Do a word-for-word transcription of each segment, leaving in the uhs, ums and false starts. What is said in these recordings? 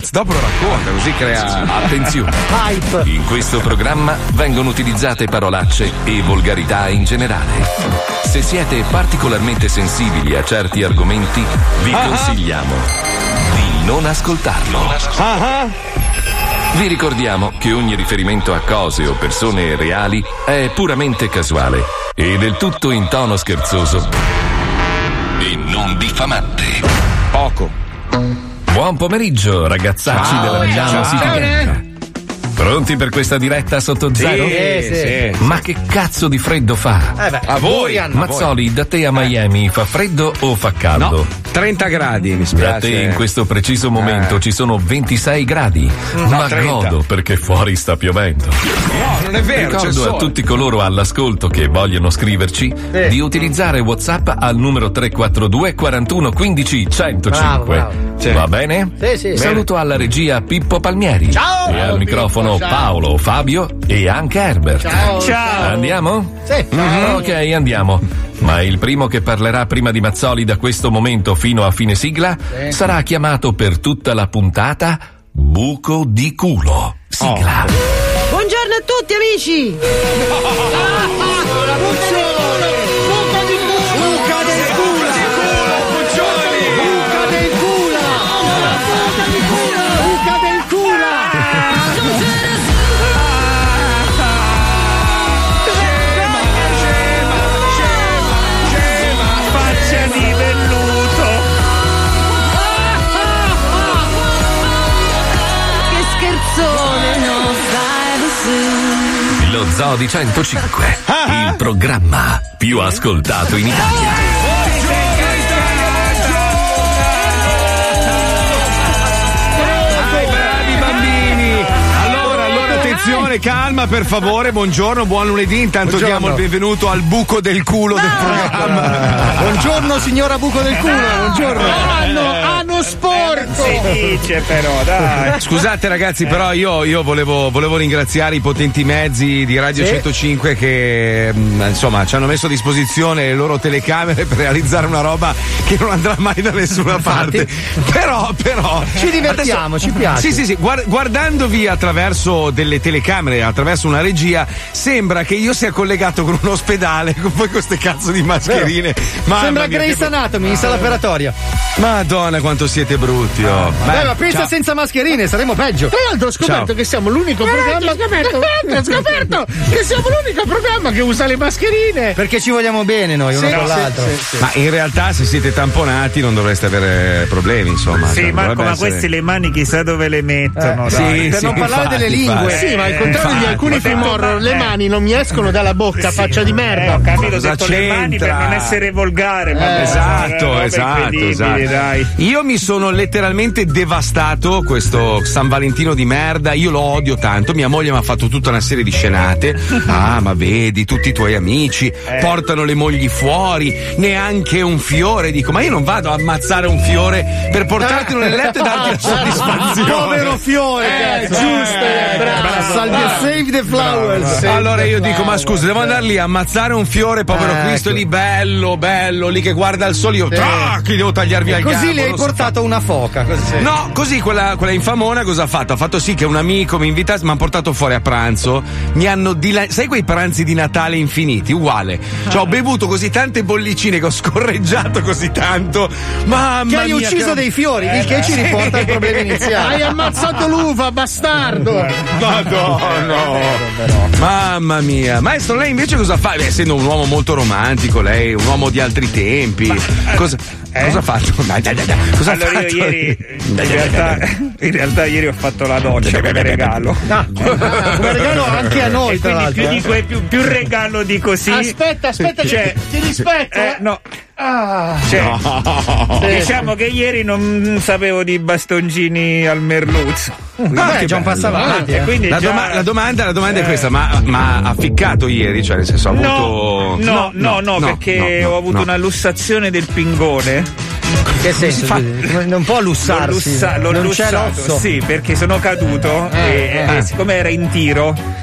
Dopo lo racconta, così crea attenzione. Hype. In questo programma vengono utilizzate parolacce e volgarità in generale. Se siete particolarmente sensibili a certi argomenti, vi Ah-ha. consigliamo di non ascoltarlo. Ah-ha. Vi ricordiamo che ogni riferimento a cose o persone reali è puramente casuale e del tutto in tono scherzoso e non diffamante. Poco. Buon pomeriggio, ragazzacci Ciao, della Milano ciao. City Bianca. Pronti per questa diretta sotto zero? Sì, sì. Ma che cazzo di freddo fa? Eh beh, A voi. Dorian. Mazzoli, da te a Miami fa freddo o fa caldo? No, trenta gradi, mi spiace. Da te in questo preciso momento Eh. ci sono ventisei gradi. Ma trenta. godo perché fuori sta piovendo. No, non è vero, c'è il Ricordo a sole. tutti coloro all'ascolto che vogliono scriverci Sì. di utilizzare WhatsApp al numero tre quattro due quarantuno quindici centocinque. Bravo, bravo. Sì. Va bene? Sì, sì. Saluto alla regia Pippo Palmieri. Ciao. E al Ciao, microfono Pippo, ciao. Paolo, Fabio e anche Herbert. Ciao. Ciao. Andiamo? Sì. Mhm, ok, andiamo. Ma il primo che parlerà prima di Mazzoli da questo momento fino a fine sigla Sì. sarà chiamato per tutta la puntata Buco di culo. Sigla. Buongiorno a tutti amici! Faccia di velluto. Che scherzone! No, stai su. Lo Zoo di centocinque, il programma più ascoltato in Italia. Dai, bravi bambini. Allora, allora, attenzione, calma per favore. Buongiorno, buon lunedì. Intanto Buongiorno. diamo il benvenuto al buco del culo del programma. Buongiorno signora buco del culo, buongiorno. Hanno, hanno sporco. Si dice però, dai. Scusate ragazzi, però io, io volevo, volevo ringraziare i potenti mezzi di Radio Sì. centocinque che mh, insomma ci hanno messo a disposizione le loro telecamere per realizzare una roba che non andrà mai da nessuna parte. Però, però. Ci divertiamo, ci piace. Sì, sì, sì, guard- guardandovi attraverso delle telecamere, attraverso una regia, sembra che io sia collegato con un ospedale con poi queste cazzo di mascherine. Mamma Sembra mia, Grey's che- Anatomy in sala operatoria. Madonna, quanto siete brutti, oh. Beh, ma pensa ciao. senza mascherine, saremo peggio. Tra l'altro ho scoperto Ciao. che siamo l'unico programma. Scoperto, ho scoperto che siamo l'unico programma che usa le mascherine. Perché ci vogliamo bene noi, uno Sì, con sì, l'altro. sì, sì. Ma in realtà se siete tamponati non dovreste avere problemi, insomma. Sì, Cioè, Marco, dovrebbe ma essere- queste le mani chissà dove le mettono, Eh, dai. sì, per sì, non parlare infatti, delle lingue. infatti. Sì, ma al contrario di infatti. alcuni ho detto, film horror, ma- le eh. mani non mi escono dalla bocca, Sì. faccia di Eh, merda. ho capito, ho Cosa detto le mani per c'entra? non essere volgare. ma Eh, Esatto, robe esatto, incredibili, esatto. dai. Io mi sono letteralmente devastato questo San Valentino di merda, io lo odio tanto, mia moglie mi ha fatto tutta una serie di scenate. Ah, ma vedi, tutti i tuoi amici portano le mogli fuori, neanche un fiore, dico, ma io non vado a ammazzare un fiore per portartelo nel letto e darti la soddisfazione. Povero fiore, Eh, cazzo. giusto, Eh, bravo, bravo, Salve, bravo. save the flowers. Bravo. Allora io dico, ma scusa, devo andare lì a ammazzare un fiore, povero Ecco. Cristo, lì bello, bello, lì che guarda il sole, io trac, gli devo tagliar via il Così gambo, le hai non si portato una foca. Così. No, così quella, quella infamona cosa ha fatto? Ha fatto sì che un amico mi invita, mi ha portato fuori a pranzo, mi hanno dila- sai quei pranzi di Natale infiniti? Uguale. Cioè ho bevuto così tante bollicine che ho scorreggiato così tanto. Mamma Che hai mia, ucciso che- dei fiori, il che ci riporta al problema iniziale. Hai ammazzato l'uva, bastardo. Madonna. Mamma mia. Maestro, lei invece cosa fa? Beh, essendo un uomo molto romantico, lei, un uomo di altri tempi. Cosa, eh? cosa ha fatto? Dai, dai, dai, dai. Cosa ha Allora fatto? io ieri in realtà, in realtà ieri ho fatto la doccia come regalo. Ah, come regalo anche a noi, E tra quindi l'altro. più, eh. di que- più, più regalo di così. Aspetta, aspetta, Cioè, ti, ti rispetto. Eh, eh. no. Ah. Cioè, Sì. diciamo che ieri non sapevo di bastoncini al merluzzo. Vabbè, che già un bello. passo avanti. E eh. quindi La, già- doma- la domanda, la domanda è Eh. questa, ma, ma ha ficcato ieri? Cioè, nel senso, ha No, avuto. no, no, no, perché no, ho avuto no. una lussazione del pingone. Che senso? fa? Scusi? Non può L'ho, lussarsi. lussa- l'ho non c'è lussato, l'osso. sì, perché sono caduto Eh, e, eh. e siccome era in tiro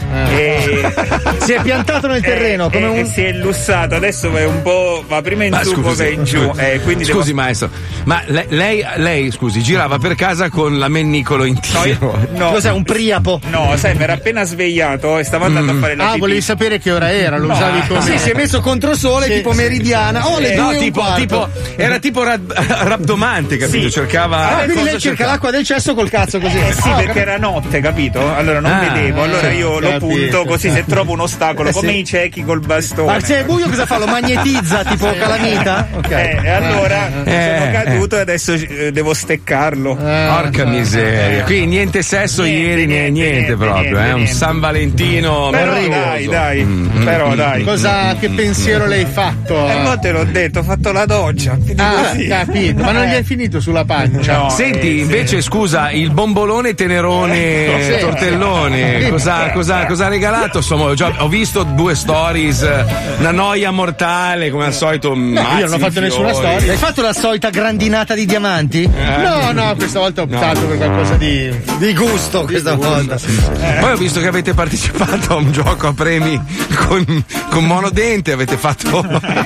E si è piantato nel terreno e, come e un. Si è lussato, adesso va un po'. Va prima in Ma su, poi va in giù. Eh, quindi scusi, devo... maestro, ma lei, lei, lei, scusi, girava per casa con l'amennicolo in tiro? No, Cos'è, un priapo? No, sai, mi era appena svegliato e stavo andando Mm. a fare la Ah, pipì. volevi sapere che ora era, lo No. usavi come. Sì, si è messo contro sole, Sì, tipo sì. meridiana. Oh, le Eh, due No, e un tipo, quarto. tipo, era tipo rab- rabdomante, capito? Sì. Cercava. Ah, quindi cosa lei cerca cercava? l'acqua del cesso col cazzo così. Eh sì, Ah, perché era notte, capito? Allora non Ah, vedevo, allora sì, io lo capito, punto così se trovo un ostacolo, Eh, come sì. i ciechi col bastone. Ma se è buio cosa fa? Lo magnetizza tipo calamita? Ok. Eh, e allora Eh, sono caduto e adesso eh, devo steccarlo. Porca miseria. Qui niente sesso Niente, ieri, niente, niente, niente, niente, proprio, niente, eh? Un niente. San Valentino. Però meraviglioso. dai, dai, Mm, però dai. Cosa, che pensiero l'hai fatto? E mo te l'ho detto, ho fatto la doccia. quindi Ah, così. capito, ma non gli hai finito sulla pancia? No, Senti, eh, invece, scusa, il bombolone tenerone Sì. tortellone, cosa, cosa, cosa ha regalato? Insomma, ho, già, ho visto due stories, una noia mortale, come al solito. No, io non ho fatto nessuna storia. Hai fatto la solita grandinata di diamanti? Eh. No, no, questa volta ho optato per qualcosa di. Di gusto questa volta. Poi ho visto che avete partecipato a un gioco a premi con, con monodente, avete fatto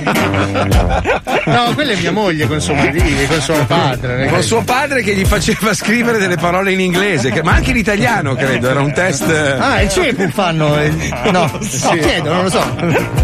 No, quella è mia moglie con suo marito, con suo padre. con suo padre che gli faceva scrivere delle parole in inglese, che- ma anche in italiano credo, era un test. Ah, il cepum fanno. eh, No, no, chiedo, non lo so.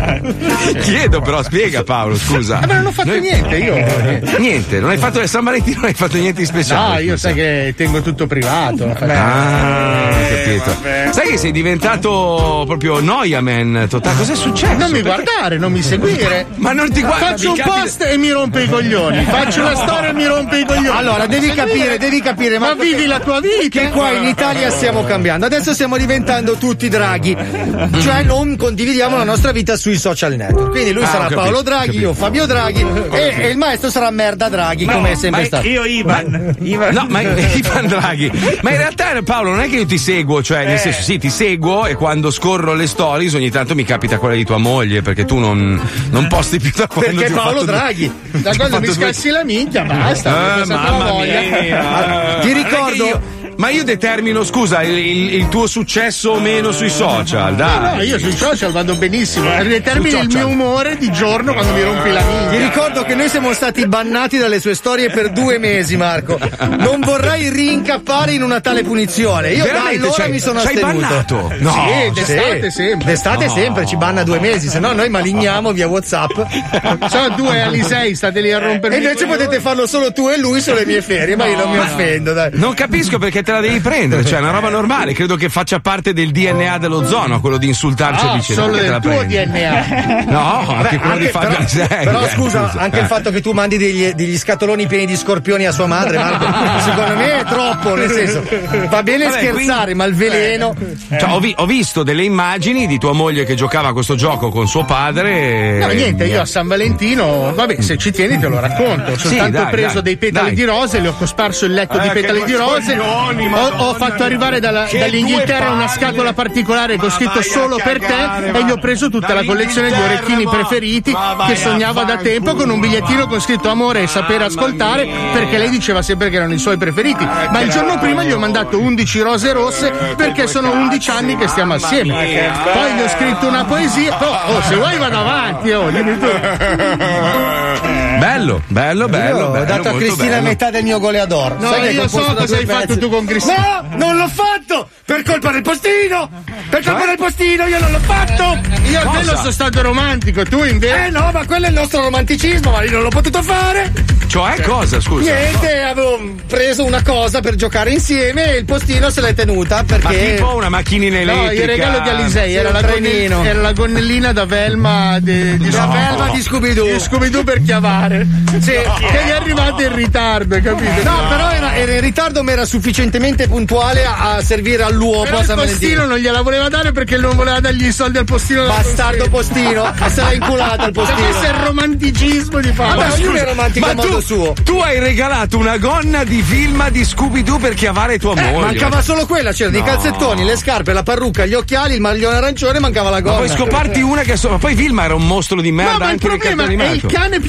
Chiedo però, spiega Paolo, scusa. Eh, ma non ho fatto Noi- niente, io. niente. Niente, non hai fatto il San Valentino, non hai fatto niente di speciale. No, io sai che tengo tutto privato. non faccio- Ah, ho capito. vabbè. Sai che sei diventato proprio noia man totale. Cos'è successo? Non mi Perché- guardare, non mi seguire. Ma non ti guarda. Faccio un mi capita- post e mi rompe i coglioni. Faccio una storia e mi rompe i coglioni. Allora, devi capire, devi capire, Ma ma vivi la tua vita. che qua in Italia stiamo cambiando. Adesso stiamo diventando tutti Draghi. Cioè non condividiamo la nostra vita sui social network. Quindi lui Ah, sarà ho capito, Paolo ho Draghi, capito. io Fabio Draghi e, e il maestro sarà Merda Draghi, come è sempre Ma stato. io Ivan, Ivan. No, ma Ivan Draghi. Ma in realtà Paolo non è che io ti seguo, cioè nel Eh. senso sì, ti seguo e quando scorro le stories ogni tanto mi capita quella di tua moglie perché tu non, non posti più da quando Perché ti ho Paolo fatto due- Draghi. Da ti ho quando mi fatto due- scassi la minchia, basta. mi è Eh, passata la mamma voglia. mia. Ti Non è che ricordo- io- Ma io determino, scusa, il, il- il tuo successo o meno sui social, dai. No, io sui social vado benissimo. Determini Sui il social. mio umore di giorno quando mi rompi la minchia. Ti ricordo che noi siamo stati bannati dalle sue storie per due mesi, Marco. Non vorrei rincappare in una tale punizione. Io da Veramente, allora cioè, mi sono ci hai astenuto. bannato? No. Sì, d'estate Sì. sempre. D'estate sempre, ci banna due mesi, se no noi maligniamo via WhatsApp. Sono due Alisei, state lì a rompermi. E invece i coglioni. potete farlo solo tu e lui sulle mie ferie, ma io non mi offendo, dai. Non capisco perché te la devi prendere, cioè è una roba normale, credo che faccia parte del D N A dell'ozono, quello di insultarci a No, vicenda. solo perché te del la tuo prendi? D N A. No, anche Vabbè, quello di anche- Fabio però, Alisei. però eh, scusa, anche eh. il fatto che tu mandi degli, degli scatoloni pieni di scorpioni a sua madre, Marco, secondo me è troppo, nel senso, va bene Vabbè, scherzare, quindi- ma il veleno. Cioè, ho, vi- ho visto delle immagini di tua moglie che giocava a questo gioco con suo padre. No, e- niente, io a San Valentino, vabbè, se ci tieni te lo racconto. Ho Sì, soltanto dai, preso dai, dei petali dai. di rose, le ho cosparso il letto di Eh, petali che di rose. coglioni, Ho, Madonna ho fatto arrivare dalla- Che dall'Inghilterra due una palle. scatola particolare con Ma scritto vai a solo per cagare, te ma- e gli ho preso tutta la collezione di dall'Inghilterra, orecchini ma- preferiti ma vai che a sognava da fanculo. tempo con un bigliettino con scritto amore e sapere ascoltare perché lei diceva sempre che erano i suoi preferiti. Ma il giorno prima gli ho mandato undici rose rosse perché sono undici anni che stiamo assieme. Poi gli ho scritto una poesia. Però, oh, se vuoi vado avanti, oh, dimmi tu. Bello, bello, bello. Io ho bello, dato a molto Cristina bello. metà del mio goleador. No, Sai che è io composto so da cosa due hai fatto pezzi. tu con Cristina. No, non l'ho fatto! Per colpa del postino! Per colpa del postino, io non l'ho fatto! Io a te Cosa? non sono stato romantico, tu invece. Eh no, ma quello è il nostro romanticismo, ma io non l'ho potuto fare! Cioè, cosa, scusa? Niente, avevo preso una cosa per giocare insieme e il postino se l'è tenuta Ma perché. tipo una macchinina No, elettrica. il regalo di Alisei Sì, era, un la trenino. gonnell- era la gonnellina da Velma di, di La Velma di Scooby-Doo. di Scooby-Doo per chiavare. Sì. Che gli è arrivato in ritardo, capito? No, però era, era in ritardo, ma era sufficientemente puntuale a, a servire all'uomo Però a il San postino Valentino. non gliela voleva dare perché non voleva dargli i soldi al postino. della Bastardo postino, e se l'ha inculata il Cioè, postino. questo è il romanticismo di Paolo. Vabbè, ognuno è romantico Ma a modo tu, suo. tu hai regalato una gonna di film di Scooby-Doo per chiavare tua Eh, moglie. mancava solo quella, c'erano i calzettoni, le scarpe, la parrucca, gli occhiali, il maglione arancione, mancava la Ma gonna. puoi scoparti una che so- ma poi Vilma era un mostro di merda No, ma il anche nel problema cartone è il animato. cane pieno di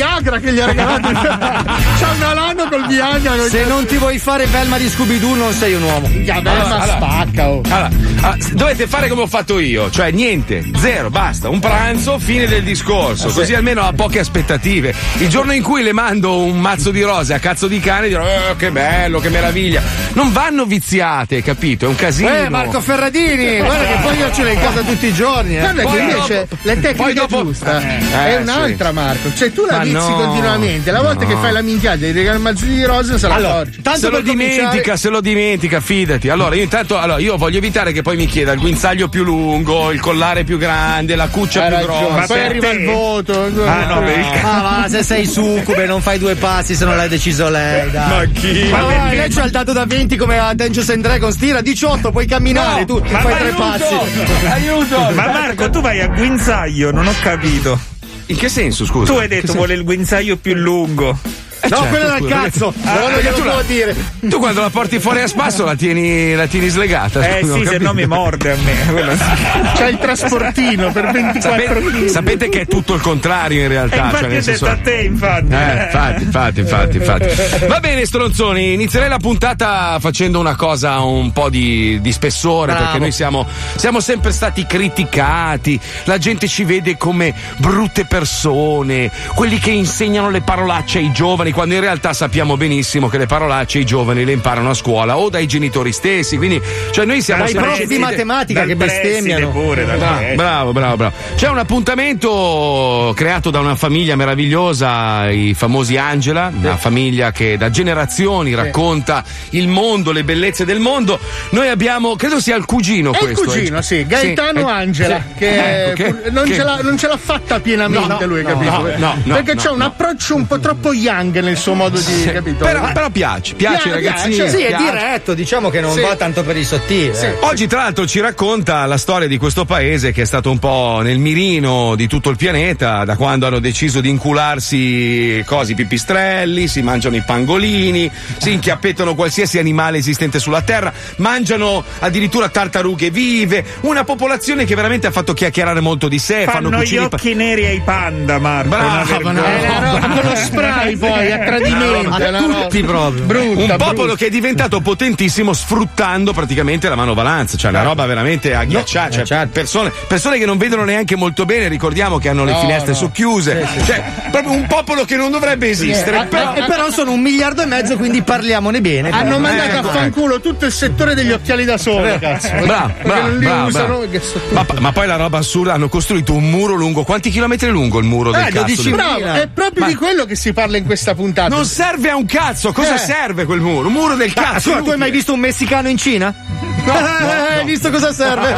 Viagra che gli ha regalato. C'ha un alano col Viagra. Se non ti vuoi fare Velma di Scooby-Doo non sei un uomo. Ya, Velma Allora, allora. spacca. Oh. Allora, allora, dovete fare come ho fatto io, cioè niente, zero, basta, un pranzo, fine del discorso, così almeno ha poche aspettative. Il giorno in cui le mando un mazzo di rose a cazzo di cane dirò oh, che bello, che meraviglia. Non vanno viziate, capito? È un casino. Eh, Marco Ferradini, guarda che poi io ce l'ho in casa tutti i giorni. Eh. Guarda Poi che invece dopo- la tecnica poi dopo- giusta eh, è eh, un'altra, sì. Marco. Cioè tu la Ma vizi no, continuamente. La volta no. che fai la minchiata di regalare un mazzo di rose non se la Allora, accorgi. tanto se lo per dimentica, cominciare- se lo dimentica, fidati. Allora, io intanto allora, io voglio evitare che poi mi chieda il guinzaglio più lungo, il collare più grande, la cuccia Hai più ragione. grossa. Ma poi per arriva te? il voto. Ah, no, per il Ah, va, se sei succube non fai due passi se non l'hai deciso lei, dai. Ma chi? Ma Ma vai, perché? lei c'ha il dato da venti come a Dungeons and Dragons, tira diciotto, puoi camminare, tu ma fai ma tre Aiuto! passi. Aiuto! Ma Marco, tu vai a guinzaglio, non ho capito. In che senso, scusa? Tu hai detto vuole il guinzaglio più lungo. Eh, No, certo, quello dal scusa, cazzo. perché- No, non perché glielo tu, può la, dire. tu quando la porti fuori a spasso la tieni, la tieni slegata. Eh scusa, sì, ho se capito. no mi morde a me. Quello sì. C'è il trasportino per ventiquattro Sapete, chili. sapete che è tutto il contrario in E realtà. infatti cioè, ho nel detto senso- a te, infatti. Eh, infatti, infatti, infatti, infatti. Va bene, stronzoni, inizierei la puntata facendo una cosa un po' di, di spessore, Bravo. perché noi siamo, siamo sempre stati criticati, la gente ci vede come brutte persone, quelli che insegnano le parolacce ai giovani, quando in realtà sappiamo benissimo che le parolacce i giovani le imparano a scuola o dai genitori stessi, quindi cioè noi siamo Dai sempre prof di matematica Dal che preside bestemmiano. pure, dal Bravo, preside. bravo, bravo, bravo. C'è un appuntamento creato da una famiglia meravigliosa, i famosi Angela, una famiglia che da generazioni racconta il mondo, le bellezze del mondo. Noi abbiamo, credo sia il cugino È il questo. cugino, eh. sì, Gaetano Sì, eh, Angela, sì. che, Ecco, che- non, che- ce l'ha, non ce l'ha fatta pienamente No, no, lui, no, capito? no, no, no, Perché no, c'ha un no. approccio un po' troppo young nel suo modo di, capito? Però, però piace, piace, Piace, ragazzini. piace, Sì, è piace. diretto, diciamo che non Sì. va tanto per il sottile. Sì. eh. Oggi tra l'altro ci racconta la storia di questo paese che è stato un po' nel mirino di tutto il pianeta da quando hanno deciso di incularsi cosi pipistrelli, si mangiano i pangolini, si inchiappettano qualsiasi animale esistente sulla terra, mangiano addirittura tartarughe vive, una popolazione che veramente ha fatto chiacchierare molto di sé, fanno, Fanno gli cucini pa- occhi neri ai panda, Marco. Bravo, una vergogna. no. Eh, la roba con lo spray poi a tradimento, A è una tutti roba proprio. brutta, un popolo brutta. che è diventato potentissimo sfruttando praticamente la manovalanza, cioè una roba veramente agghiacciata, cioè, eh, certo. persone, persone che non vedono neanche molto bene, ricordiamo che hanno le No, finestre no. socchiuse, cioè proprio un popolo che non dovrebbe esistere. Eh, però- E però sono un miliardo e mezzo, quindi parliamone bene. Hanno Eh, mandato ecco, a fanculo tutto il settore degli occhiali da sole, cazzo. Bravo, Perché bravo, non li bravo, usano bravo. perché sono tutti- Ma, ma poi la roba assurda, hanno costruito un muro lungo, quanti chilometri è lungo il muro del Eh, cazzo? dodici del- Bravo, è proprio Ma- di quello che si parla in questa puntata. Non serve a un cazzo, cosa Eh. serve quel muro? Un muro del Ah, cazzo. scusa, tu hai mai visto un messicano in Cina? no, Hai visto cosa serve?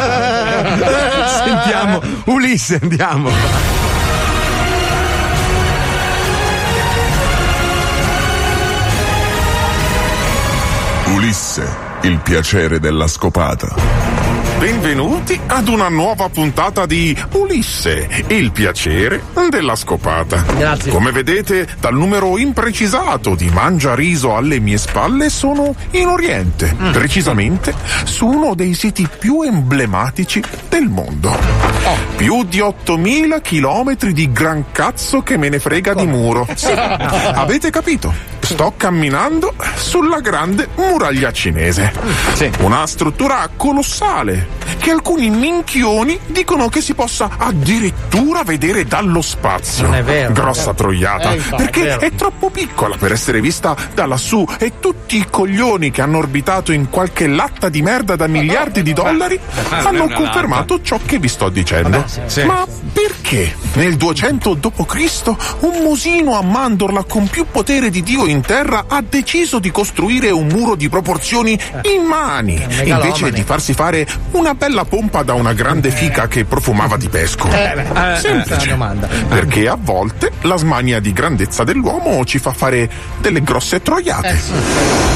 Sentiamo, Ulisse, andiamo. Ulisse, il piacere della scopata. Benvenuti ad una nuova puntata di Ulisse, il piacere della scopata. Grazie. Come vedete dal numero imprecisato di mangiariso alle mie spalle sono in Oriente, precisamente su uno dei siti più emblematici del mondo. Più di ottomila chilometri di gran cazzo che me ne frega di muro. Avete capito? Sto camminando sulla grande muraglia cinese. Sì. Una struttura colossale che alcuni minchioni dicono che si possa addirittura vedere dallo spazio. Non è vero. Grossa troiata. Eh, infatti, perché è vero. è troppo piccola per essere vista da lassù e tutti i coglioni che hanno orbitato in qualche latta di merda da miliardi di dollari hanno una confermato ciò che vi sto dicendo. sì. Ma perché nel duecento dopo Cristo un musino a mandorla con più potere di Dio in terra ha deciso di costruire un muro di proporzioni immani invece di farsi fare una bella pompa da una grande fica che profumava di pesco? Semplice. domanda. Perché a volte la smania di grandezza dell'uomo ci fa fare delle grosse troiate.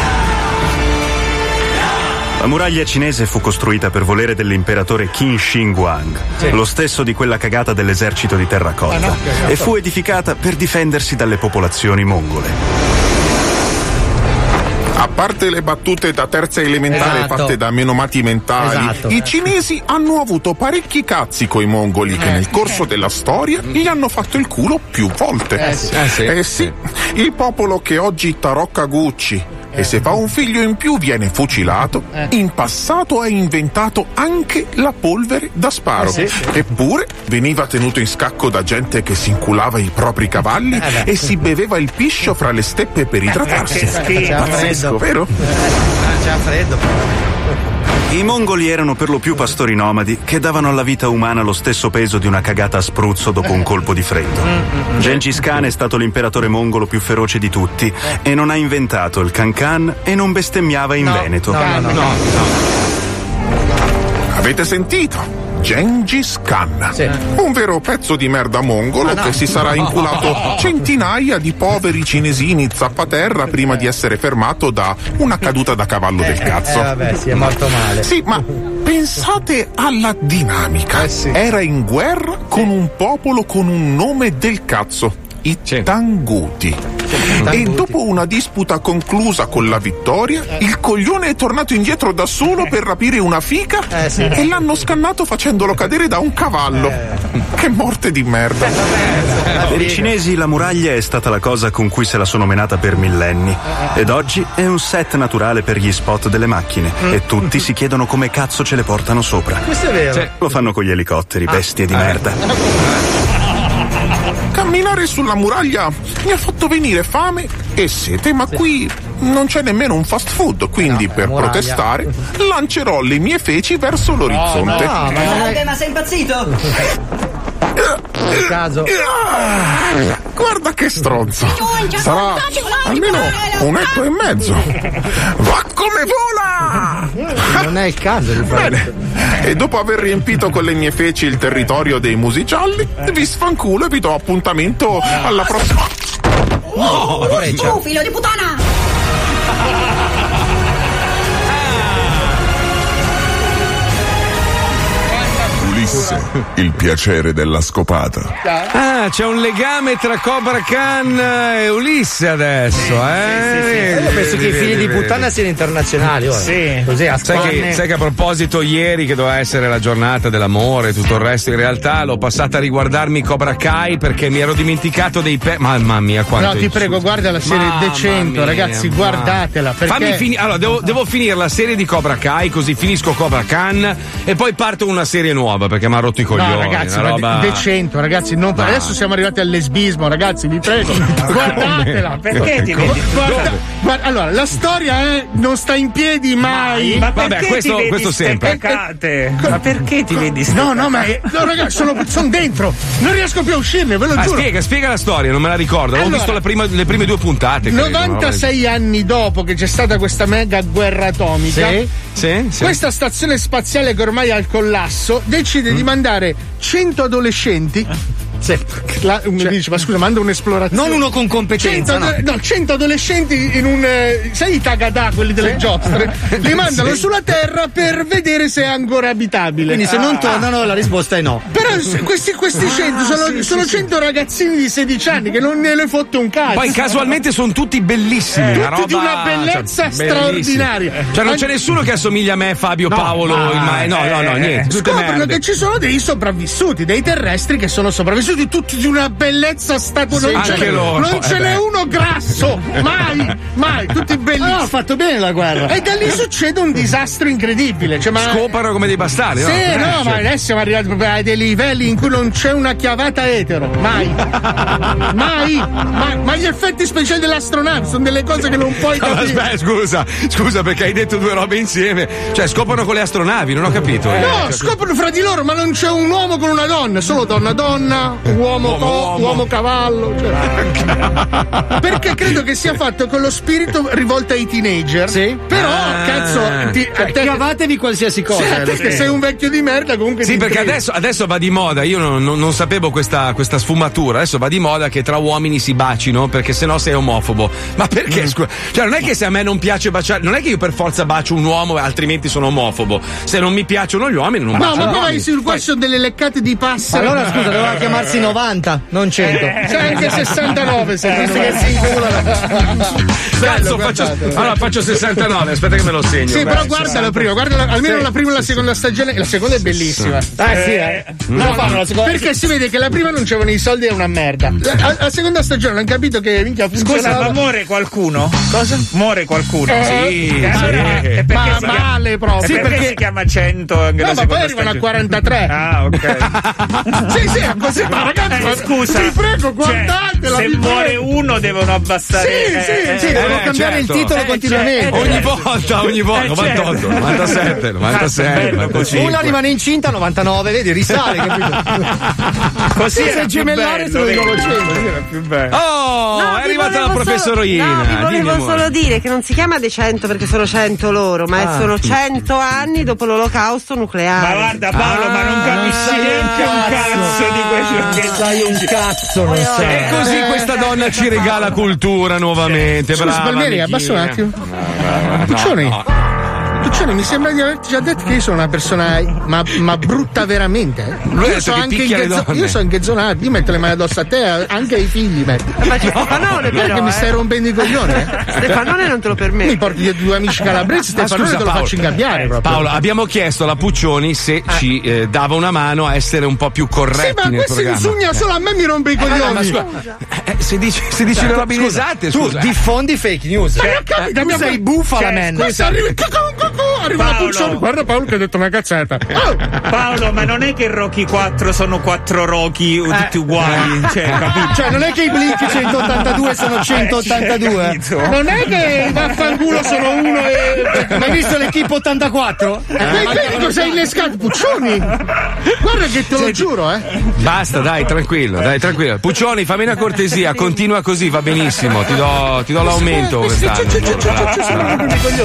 La muraglia cinese fu costruita per volere dell'imperatore Qin Shi Huang, lo stesso di quella cagata dell'esercito di terracotta, e fu edificata per difendersi dalle popolazioni mongole. A parte le battute da terza elementare Esatto. fatte da menomati mentali, Esatto. i cinesi hanno avuto parecchi cazzi coi mongoli che nel corso della storia gli hanno fatto il culo più volte. Eh sì. Eh sì. Eh sì, il popolo che oggi tarocca Gucci e se fa un figlio in più viene fucilato, in passato ha inventato anche la polvere da sparo. Eh sì. Eppure veniva tenuto in scacco da gente che si inculava i propri cavalli Eh beh. e si beveva il piscio fra le steppe per idratarsi. Che schifo. Pazzesco, vero? C'è freddo. I mongoli erano per lo più pastori nomadi che davano alla vita umana lo stesso peso di una cagata a spruzzo dopo un colpo di freddo. Gengis Khan è stato l'imperatore mongolo più feroce di tutti e non ha inventato il cancan e non bestemmiava in Veneto. No, no, no. Avete sentito? Gengis Khan, Sì. un vero pezzo di merda mongolo che si sarà inculato centinaia di poveri cinesini zappaterra prima di essere fermato da una caduta da cavallo del cazzo. Eh vabbè, sì, è morto male. Sì, ma pensate alla dinamica. Eh sì. Era in guerra con un popolo con un nome del cazzo, i Tanguti. E dopo una disputa conclusa con la vittoria, il coglione è tornato indietro da solo per rapire una fica Eh sì. e l'hanno scannato facendolo cadere da un cavallo. Che morte di merda. Per i cinesi la muraglia è stata la cosa con cui se la sono menata per millenni ed oggi è un set naturale per gli spot delle macchine e tutti si chiedono come cazzo ce le portano sopra. Questo è vero. Lo fanno con gli elicotteri, bestie di merda. Camminare sulla muraglia mi ha fatto venire fame e sete, ma qui non c'è nemmeno un fast food, quindi per muraglia. protestare lancerò le mie feci verso l'orizzonte. No, ma non è Ma sei impazzito? il caso. Ah, guarda che stronzo. Sarà almeno un etto e mezzo. Va come vola! Non è il caso di fare. Bene, e dopo aver riempito con le mie feci il territorio dei musi gialli, vi sfanculo e vi do appuntamento alla prossima. Oh, Tu, figlio di puttana! Ulisse, il piacere della scopata. Ah, c'è un legame tra Cobra Khan e Ulisse adesso, eh? Io penso che i figli di puttana siano internazionali ora. Sì. Così a Sai che, spanne. sai che a proposito ieri che doveva essere la giornata dell'amore e tutto il resto, in realtà l'ho passata a riguardarmi Cobra Kai perché mi ero dimenticato dei pe... Mamma mia, quanto No, ti insulto. prego, guarda la serie Mamma decento, mia, ragazzi, ma- guardatela. Perché... Fammi fini- allora, devo, devo finire la serie di Cobra Kai, così finisco Cobra Khan e poi parto una serie nuova perché mi ha rotto i coglioni. No, ragazzi, una ma roba... de- decento, ragazzi. Non... Ma- Adesso siamo arrivati al lesbismo, ragazzi, vi prego. Guardatela. Perché ti Gu- vedi? guarda- guarda- allora, la storia è non sta in piedi mai. Ma Vabbè, perché questo- ti vedi questo ste sempre. cacate? Ma perché ti vedi ste No, no, ma è- no, ragazzi, sono, sono dentro. Non riesco più a uscirne, ve lo Ah, giuro. spiega, spiega la storia, non me la ricordo. Ho Allora, visto la prima- le prime due puntate. credo, novantasei anni dopo che c'è stata questa mega guerra atomica, Sì, sì, sì. questa stazione spaziale che ormai è al collasso decide Mm. di mandare cento adolescenti. La- mi dice, ma scusa, manda un'esplorazione. Non uno con competenza, cento, ado- no, cento adolescenti in un. eh, sai i tagadà, quelli delle giostre? Li mandano Sì. sulla Terra per vedere se è ancora abitabile. Quindi se non tornano la risposta è no. Però se- questi, questi cento sono, sono cento ragazzini di sedici anni che non ne le fotte un cazzo. Poi casualmente sono tutti bellissimi, una Tutti di roba- una bellezza cioè, straordinaria. bellissimi. Cioè non c'è Anche- nessuno che assomiglia a me, Fabio, Paolo, ma- il ma- no, no, no, niente. Tutte Scoprono merde. che ci sono dei sopravvissuti, dei terrestri che sono sopravvissuti, tutti di una bellezza statua. Non ce anche n'è, loro, non eh ce n'è beh. uno grasso, mai, mai, tutti bellissimi. No, ha fatto bene la guerra. E da lì succede un disastro incredibile. Cioè, ma... Scopano come dei bastardi, Sì, no? no, ma adesso siamo arrivati proprio a dei livelli in cui non c'è una chiavata etero. Mai. Mai. Ma, ma gli effetti speciali dell'astronave sono delle cose che non puoi No, capire. aspetta, scusa, scusa perché hai detto due robe insieme. Cioè, scopano con le astronavi, non ho capito. eh. No, Cioè, scoprono fra di loro, ma non c'è un uomo con una donna, solo donna-donna, uomo, Uomo, co- uomo. uomo-cavallo. Cioè. Perché credo che sia fatto con lo spirito rivolto ai teenager. Sì. Però, Ah. cazzo, ti, a te, Cavatevi qualsiasi cosa. sì, a te che sei un vecchio di merda, comunque. Sì, ti perché intriga. adesso, adesso va di moda, io non, non- non sapevo questa, questa sfumatura, adesso va di moda che tra uomini si bacino perché sennò sei omofobo. Ma perché? Scusa, cioè non è che se a me non piace baciare, non è che io per forza bacio un uomo altrimenti sono omofobo. Se non mi piacciono gli uomini non No, bacio ma gli poi uomini. sul qua ci sono delle leccate di passero. Allora scusa, doveva chiamarsi Anzi novanta, non cento. Eh, c'è anche sessantanove se visto che si incula. Cazzo, faccio, allora faccio sessantanove, aspetta che me lo segno. Sì, Beh, però guarda la prima, guarda la, almeno sì, la prima e la sì, seconda stagione. La seconda è bellissima. Ah sì, eh. No, no, no, perché si vede che la prima non c'erano i soldi, è una merda. La, la seconda stagione hanno capito che minchia funzionava. Scusa, ma muore qualcuno? Cosa? Muore qualcuno? Eh, sì, allora, sì. e perché Ma si chiama- male proprio. e Sì, perché, perché si chiama cento anche no, la ma poi seconda arrivano a stagione? quarantatré. Ah, ok. Sì, sì, così, ma ragazzi, Eh, scusa, ti prego, guardatela. Cioè, se vi muore prego. uno devono abbassare. Sì, eh, sì, eh, sì, eh, devono eh, cambiare certo. il titolo Eh, continuamente. cioè, Ogni volta, ogni volta, Eh, novantotto, certo. novantasette, novantasei, bello, novantacinque. Una rimane incinta, novantanove, vedi, risale, capito? Così Sì, era se più gemellare bello, sono vedi? di novecento. Così era più bello. Oh, No, è vi arrivata la volevo professorina. Solo, no, vi Dimmi, volevo amore. solo dire che non si chiama dei cento perché sono cento loro, ma Ah. sono cento anni dopo l'olocausto nucleare. Ma guarda Paolo, ma non capisci sai neanche un cazzo di questo che sai un cazzo, non Eh, sai. E così questa donna ci regala cultura nuovamente. Scusa, Brava, Palmieri, amichina. abbassa un attimo. No, Puccioni, no. Puccioni, mi sembra di averti già detto che io sono una persona ma, ma brutta veramente. eh. Lui ha Io detto so che anche picchia le ingazzo- donne. io so ingazzonato, io metto le mani addosso a te, anche ai figli metto. Ma c'è Stefanone Guarda però, che mi eh. stai rompendo i coglioni, eh. Stefanone non te lo Mi permette. porti dietro due amici calabresi, Ah, Stefanone scusa, te lo Paolo. faccio ingabbiare proprio. Paolo, abbiamo chiesto alla Puccioni se ci eh, dava una mano a essere un po' più corretti Sì, ma nel questo programma. insugna solo a me, mi rompe i Eh, ma coglioni. scusa, eh, se dici, se dici le robe inesatte, Tu scusa. diffondi fake news. Ma ho capito, Tu mia- sei bufala, Cioè, man. Questo arriva, arriva la Paolo. Puccioni. Guarda Paolo che ha detto una cazzata. Oh! Paolo, ma non è che Rocky quattro sono quattro Rocky tutti uguali, cioè, capito? Cioè, non è che i Blink centottantadue sono centottantadue. capito. Non è che i vaffanculo sono uno e. Ma hai visto l'equipe ottantaquattro? Eh, vedi cosa hai innescato, Puccioni? Guarda che te lo giuro, eh. Basta, dai, tranquillo, dai, tranquillo. Puccioni, fammi una cortesia, continua così, va benissimo. Ti do, ti do l'aumento quest'anno.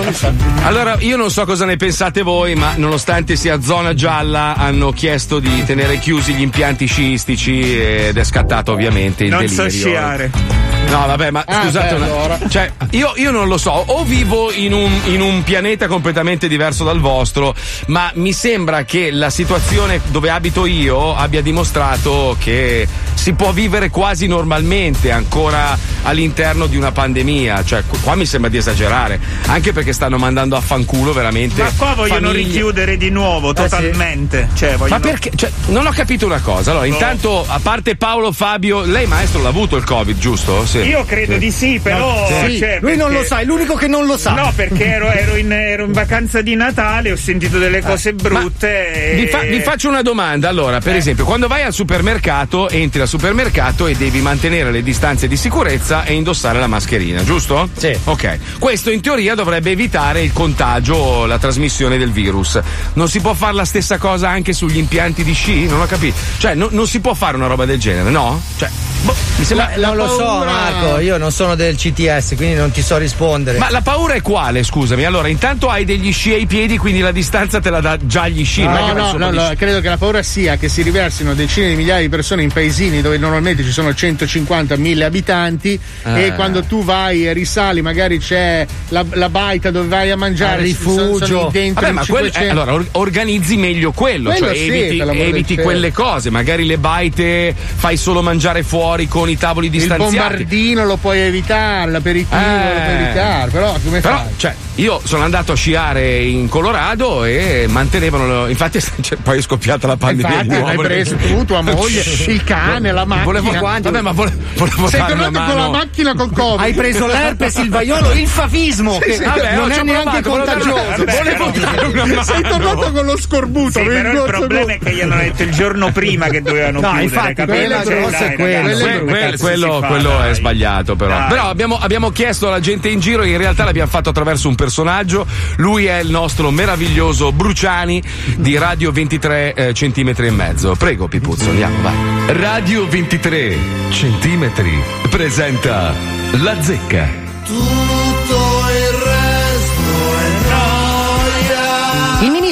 Allora, io non so cosa ne pensate voi, ma nonostante sia zona gialla, hanno chiesto di tenere chiusi gli impianti sciistici ed è scattato ovviamente il Non delirio. so sciare. No, vabbè, ma Ah, scusate, beh, una- allora. cioè, io, io non lo so, o vivo in un, in un pianeta completamente diverso dal vostro, ma mi sembra che la situazione dove abito io abbia dimostrato che si può vivere quasi normalmente ancora all'interno di una pandemia. Cioè, qu- qua mi sembra di esagerare, anche perché stanno mandando a fanculo veramente. Ma qua vogliono famiglie. richiudere di nuovo, totalmente. Cioè, vogliono... Ma perché? Cioè, non ho capito una cosa. Allora, intanto, a parte Paolo, Fabio, lei maestro l'ha avuto il Covid, giusto? Sì. Io credo di sì, però. Sì, cioè, lui non perché- lo sa, è l'unico che non lo sa. No, perché ero, ero in, ero in vacanza di Natale, ho sentito delle cose brutte. E... Vi, fa- vi faccio una domanda. Allora, per Eh. esempio, quando vai al supermercato, entri al supermercato e devi mantenere le distanze di sicurezza e indossare la mascherina, giusto? Sì. Ok. Questo in teoria dovrebbe evitare il contagio o la trasmissione del virus. Non si può fare la stessa cosa anche sugli impianti di sci? Non ho capito. Cioè, no- non si può fare una roba del genere, no? Cioè, boh, mi sembra. La- non lo so, paura- Marco, io non sono del C T S, quindi non ti so rispondere. Ma la paura è quale, scusami? Allora, intanto hai degli sci ai piedi, quindi la distanza te la dà già gli sci. non è No, che vai no, sopra no, gli no, sci. credo che la paura sia che si riversino decine di migliaia di persone in paesini dove normalmente ci sono centocinquanta mille abitanti Eh. e quando tu vai e risali magari c'è la, la baita dove vai a mangiare, Al ci sono- sono rifugio. dentro Vabbè, in ma quel- eh, cinquecento. allora or- organizzi meglio quello, Quello cioè sì, eviti, per l'amor del eviti cielo. quelle cose, magari le baite fai solo mangiare fuori con i tavoli il distanziati. bombardino lo puoi evitare, l'aperitivo Eh. lo puoi evitare, però come Però, fai? cioè, io sono andato a sciare in Colorado e mantenevano. lo- Infatti, cioè, poi è scoppiata la pandemia. Infatti, di nuovo. hai preso tu, tua moglie, il cane, la macchina. Volevo, vabbè, ma vole- volevo Sei dare una tornato con la mano. macchina col Covid. Hai preso l'herpes, il vaiolo, il fafismo, che Vabbè, non ci è ho neanche provato, volevo dare- contagioso. Volevo dare una mano. Sei tornato con lo scorbuto. Sì, avevi però il corso problema con- è che gli hanno detto il giorno prima che dovevano No, chiudere, infatti, capito? quella Cioè, grossa dai, è quella. ragazzi, Que- che que- cazzo quello si fa, quello è dai? sbagliato, però. Dai. Però abbiamo, abbiamo chiesto alla gente in giro, in realtà l'abbiamo fatto attraverso un personaggio. Lui è il nostro meraviglioso Bruciani di Radio ventitré eh, centimetri e mezzo. Prego, Pipuzzo, andiamo, vai. Radio ventitré centimetri presenta La Zecca. Tutto il resto è noia. Il ministro Speranza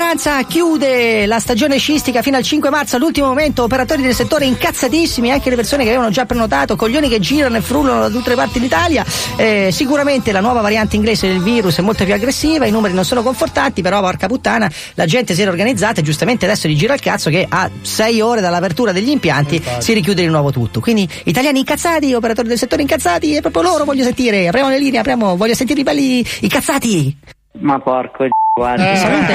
Brianza chiude la stagione sciistica fino al cinque marzo. All'ultimo momento operatori del settore incazzatissimi, anche le persone che avevano già prenotato, coglioni che girano e frullano da tutte le parti d'Italia. Eh, sicuramente la nuova variante inglese del virus è molto più aggressiva, i numeri non sono confortanti, però porca puttana la gente si era organizzata e giustamente adesso gli gira il cazzo che a sei ore dall'apertura degli impianti Infatti. si richiude di nuovo tutto. Quindi italiani incazzati, operatori del settore incazzati, è proprio loro voglio sentire. Apriamo le linee, apriamo, voglio sentire i belli incazzati. Ma porco guarda. Eh, salute.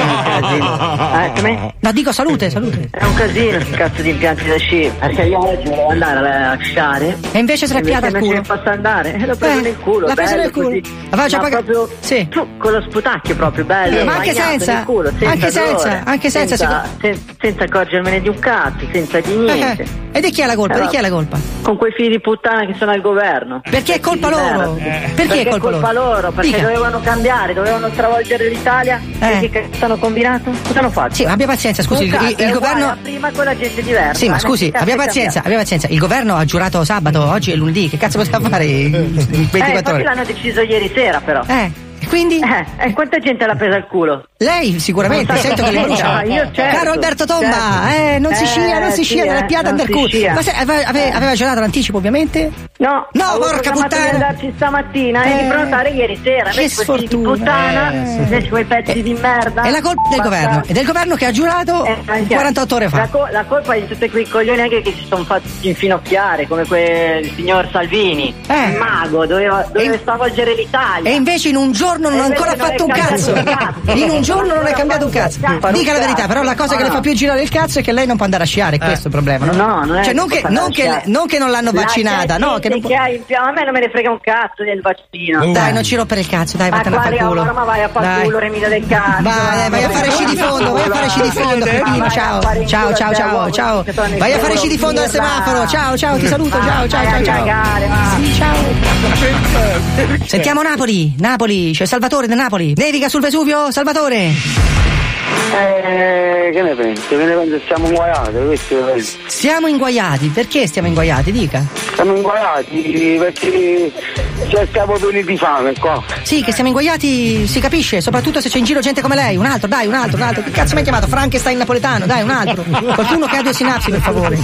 Eh, come? No, dico salute, salute. È un casino che cazzo di impianti da sci. Perché io oggi volevo andare a sciare. E invece si è piata al culo. Non posso andare. E l'ho preso eh, nel culo. L'ha preso nel culo. Aveva già pagato. Proprio sì. Tu, con lo sputacchio proprio bello. Ma anche senza. Nel culo, senza anche senza. dolore, Anche senza. Senza, sen, senza accorgermene di un cazzo, senza di niente. Eh, e di chi è la colpa? Allora, di chi è la colpa? Con quei figli di puttana che sono al governo. Perché è colpa loro? Eh. Perché, perché è colpa, colpa loro? loro? Perché Dica. dovevano cambiare, dovevano stravolgere l'Italia. Eh. E che hanno combinato? Cosa hanno fatto? Sì, abbia pazienza, scusi, il, il, il governo. Prima con la gente diversa. Sì, ma scusi, abbia pazienza, abbia pazienza. Il governo ha giurato sabato, oggi è lunedì, che cazzo poteva fare in ventiquattro ore? Eh, l'hanno deciso ieri sera, però. Eh. E quindi? Eh, e quanta gente l'ha presa al culo? Lei sicuramente, sento che le brucia. No, io certo, Caro Alberto Tomba, certo. eh, non si eh, scia, non si sì, scia, eh, della piada under culo. Ma se, aveva, aveva, aveva giornato l'anticipo, ovviamente? No, no, porca puttana. Di andarci stamattina eh, e di prenotare ieri sera. Che sfortuna. Di puttana, eh, invece quei pezzi eh, di merda. È la colpa del governo, è del governo che ha giurato eh, quarantotto ore fa. La, co- la colpa è di tutti quei coglioni anche che si sono fatti infinocchiare, come quel signor Salvini. Eh. Il mago, doveva, doveva stravolgere l'Italia. E invece in un giorno non ha ancora fatto un cazzo. In un giorno non è cambiato un cazzo. Dica la verità, però la cosa che le fa più girare il cazzo è che lei non può andare a sciare, questo è il problema. No, no, non è cioè non che, non, che, non che non l'hanno vaccinata, no, che non può... che ha il piano, a me non me ne frega un cazzo del vaccino. Uh. Dai, non ci rompere il cazzo, dai, vattene a far culo. Ma vai a far culo, remida del cazzo. Vai, vai a fare sci di fondo, vai a fare sci di fondo, cretino, ciao. Ciao, ciao, ciao, ciao. Vai a fare sci di fondo al semaforo. Ciao, ciao, ti saluto, ciao, ciao, ciao, ciao. Sì, ciao. Sentiamo Napoli, Napoli, c'è Salvatore da Napoli. Nevica sul Vesuvio, Salvatore. Eh, che ne pensi? Che ne pensi? Siamo inguaiati, questo Siamo inguaiati, perché stiamo inguaiati? Dica. Siamo inguaiati perché cioè, stiamo pieni di fame qua. Sì, che siamo inguaiati si capisce, soprattutto se c'è in giro gente come lei. Un altro, dai, un altro, un altro. Che cazzo mi hai chiamato? Frankenstein napoletano, dai, un altro. Qualcuno che ha due sinapsi, per favore.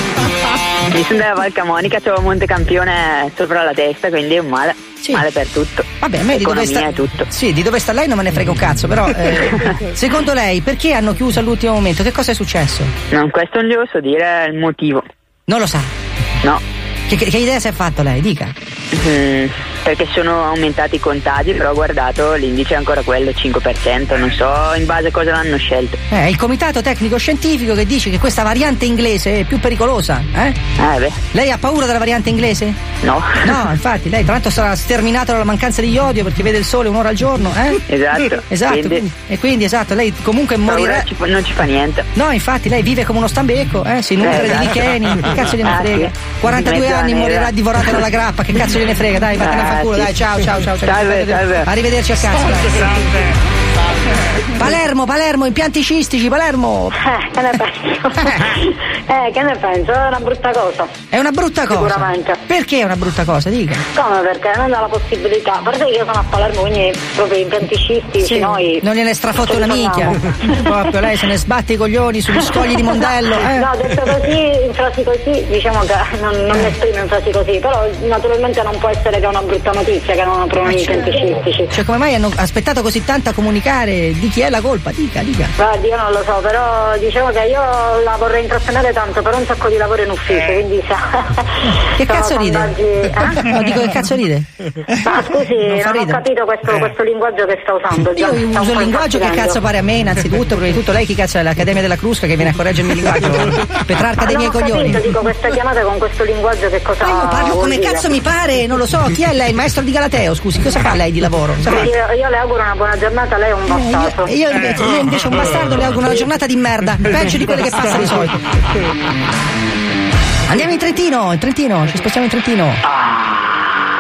Mi sono della Val Camonica, c'avevo Montecampione sopra la testa, quindi è un male. Sì. Male per tutto. Vabbè, a me di dove sta tutto. Sì, di dove sta lei non me ne frega un cazzo, però eh, secondo lei perché hanno chiuso all'ultimo momento? Che cosa è successo? No, questo non glielo so dire il motivo. Non lo sa? No. Che, che, che idea si è fatto lei? Dica. Mm, perché sono aumentati i contagi, però ho guardato l'indice è ancora quello, cinque per cento, non so in base a cosa l'hanno scelto. Eh, il comitato tecnico scientifico che dice che questa variante inglese è più pericolosa, eh? Eh beh. Lei ha paura della variante inglese? No. No, infatti, lei tra l'altro sarà sterminato dalla mancanza di iodio perché vede il sole un'ora al giorno, eh? Esatto. Esatto, quindi... Quindi, e quindi esatto, lei comunque morirà. Ci, non ci fa niente. No, infatti, lei vive come uno stambecco, eh? Si nutre eh, esatto. di licheni, che cazzo gliene frega? Ah, sì. quarantadue anni morirà divorato dalla grappa, che cazzo gliene frega? Dai, vattene a far culo, dai, ciao, ciao, ciao, ciao. Salve, salve. Arrivederci a casa. Salve. Palermo, Palermo, impianti scistici, Palermo. Eh, che ne penso? eh, che ne penso? È una brutta cosa. È una brutta cosa? Sicuramente. Perché è una brutta cosa? Dica. Come perché? Non dà la possibilità. A parte che io sono a Palermo, quindi proprio impianti scistici, sì, noi... non gliene strafotto una minchia. Proprio lei se ne sbatte i coglioni sugli scogli di Mondello. Eh. No, detto così, in frasi così, diciamo che non, non mi esprimo in frasi così, però naturalmente non può essere che è una brutta notizia che non aprono gli impianti scistici. Cioè, come mai hanno aspettato così tanto a comunicare? Di chi è la colpa? Dica, dica. Guardi, io non lo so, però diciamo che io la vorrei intrattenere tanto per un sacco di lavoro in ufficio, quindi sa. Che cazzo ride? Eh? No, dico che cazzo ride? Ma scusi, non, non ho capito questo, questo linguaggio che sta usando. Io già, uso il linguaggio che cazzo pare a me, innanzitutto, prima di tutto lei chi cazzo è l'Accademia della Crusca che viene a correggermi il linguaggio? Petrarca dei miei coglioni. Capito, dico queste chiamate con questo linguaggio che cosa. Ma io parlo come dire? Cazzo mi pare, non lo so, chi è lei? Il maestro di Galateo, scusi, cosa fa lei di lavoro? Io, io le auguro una buona giornata, lei è un bastardo. Eh, io, io, invece, io invece un bastardo le auguro una giornata di merda, peggio di quelle che passa di solito. Andiamo in Trentino, in Trentino, ci spostiamo in Trentino.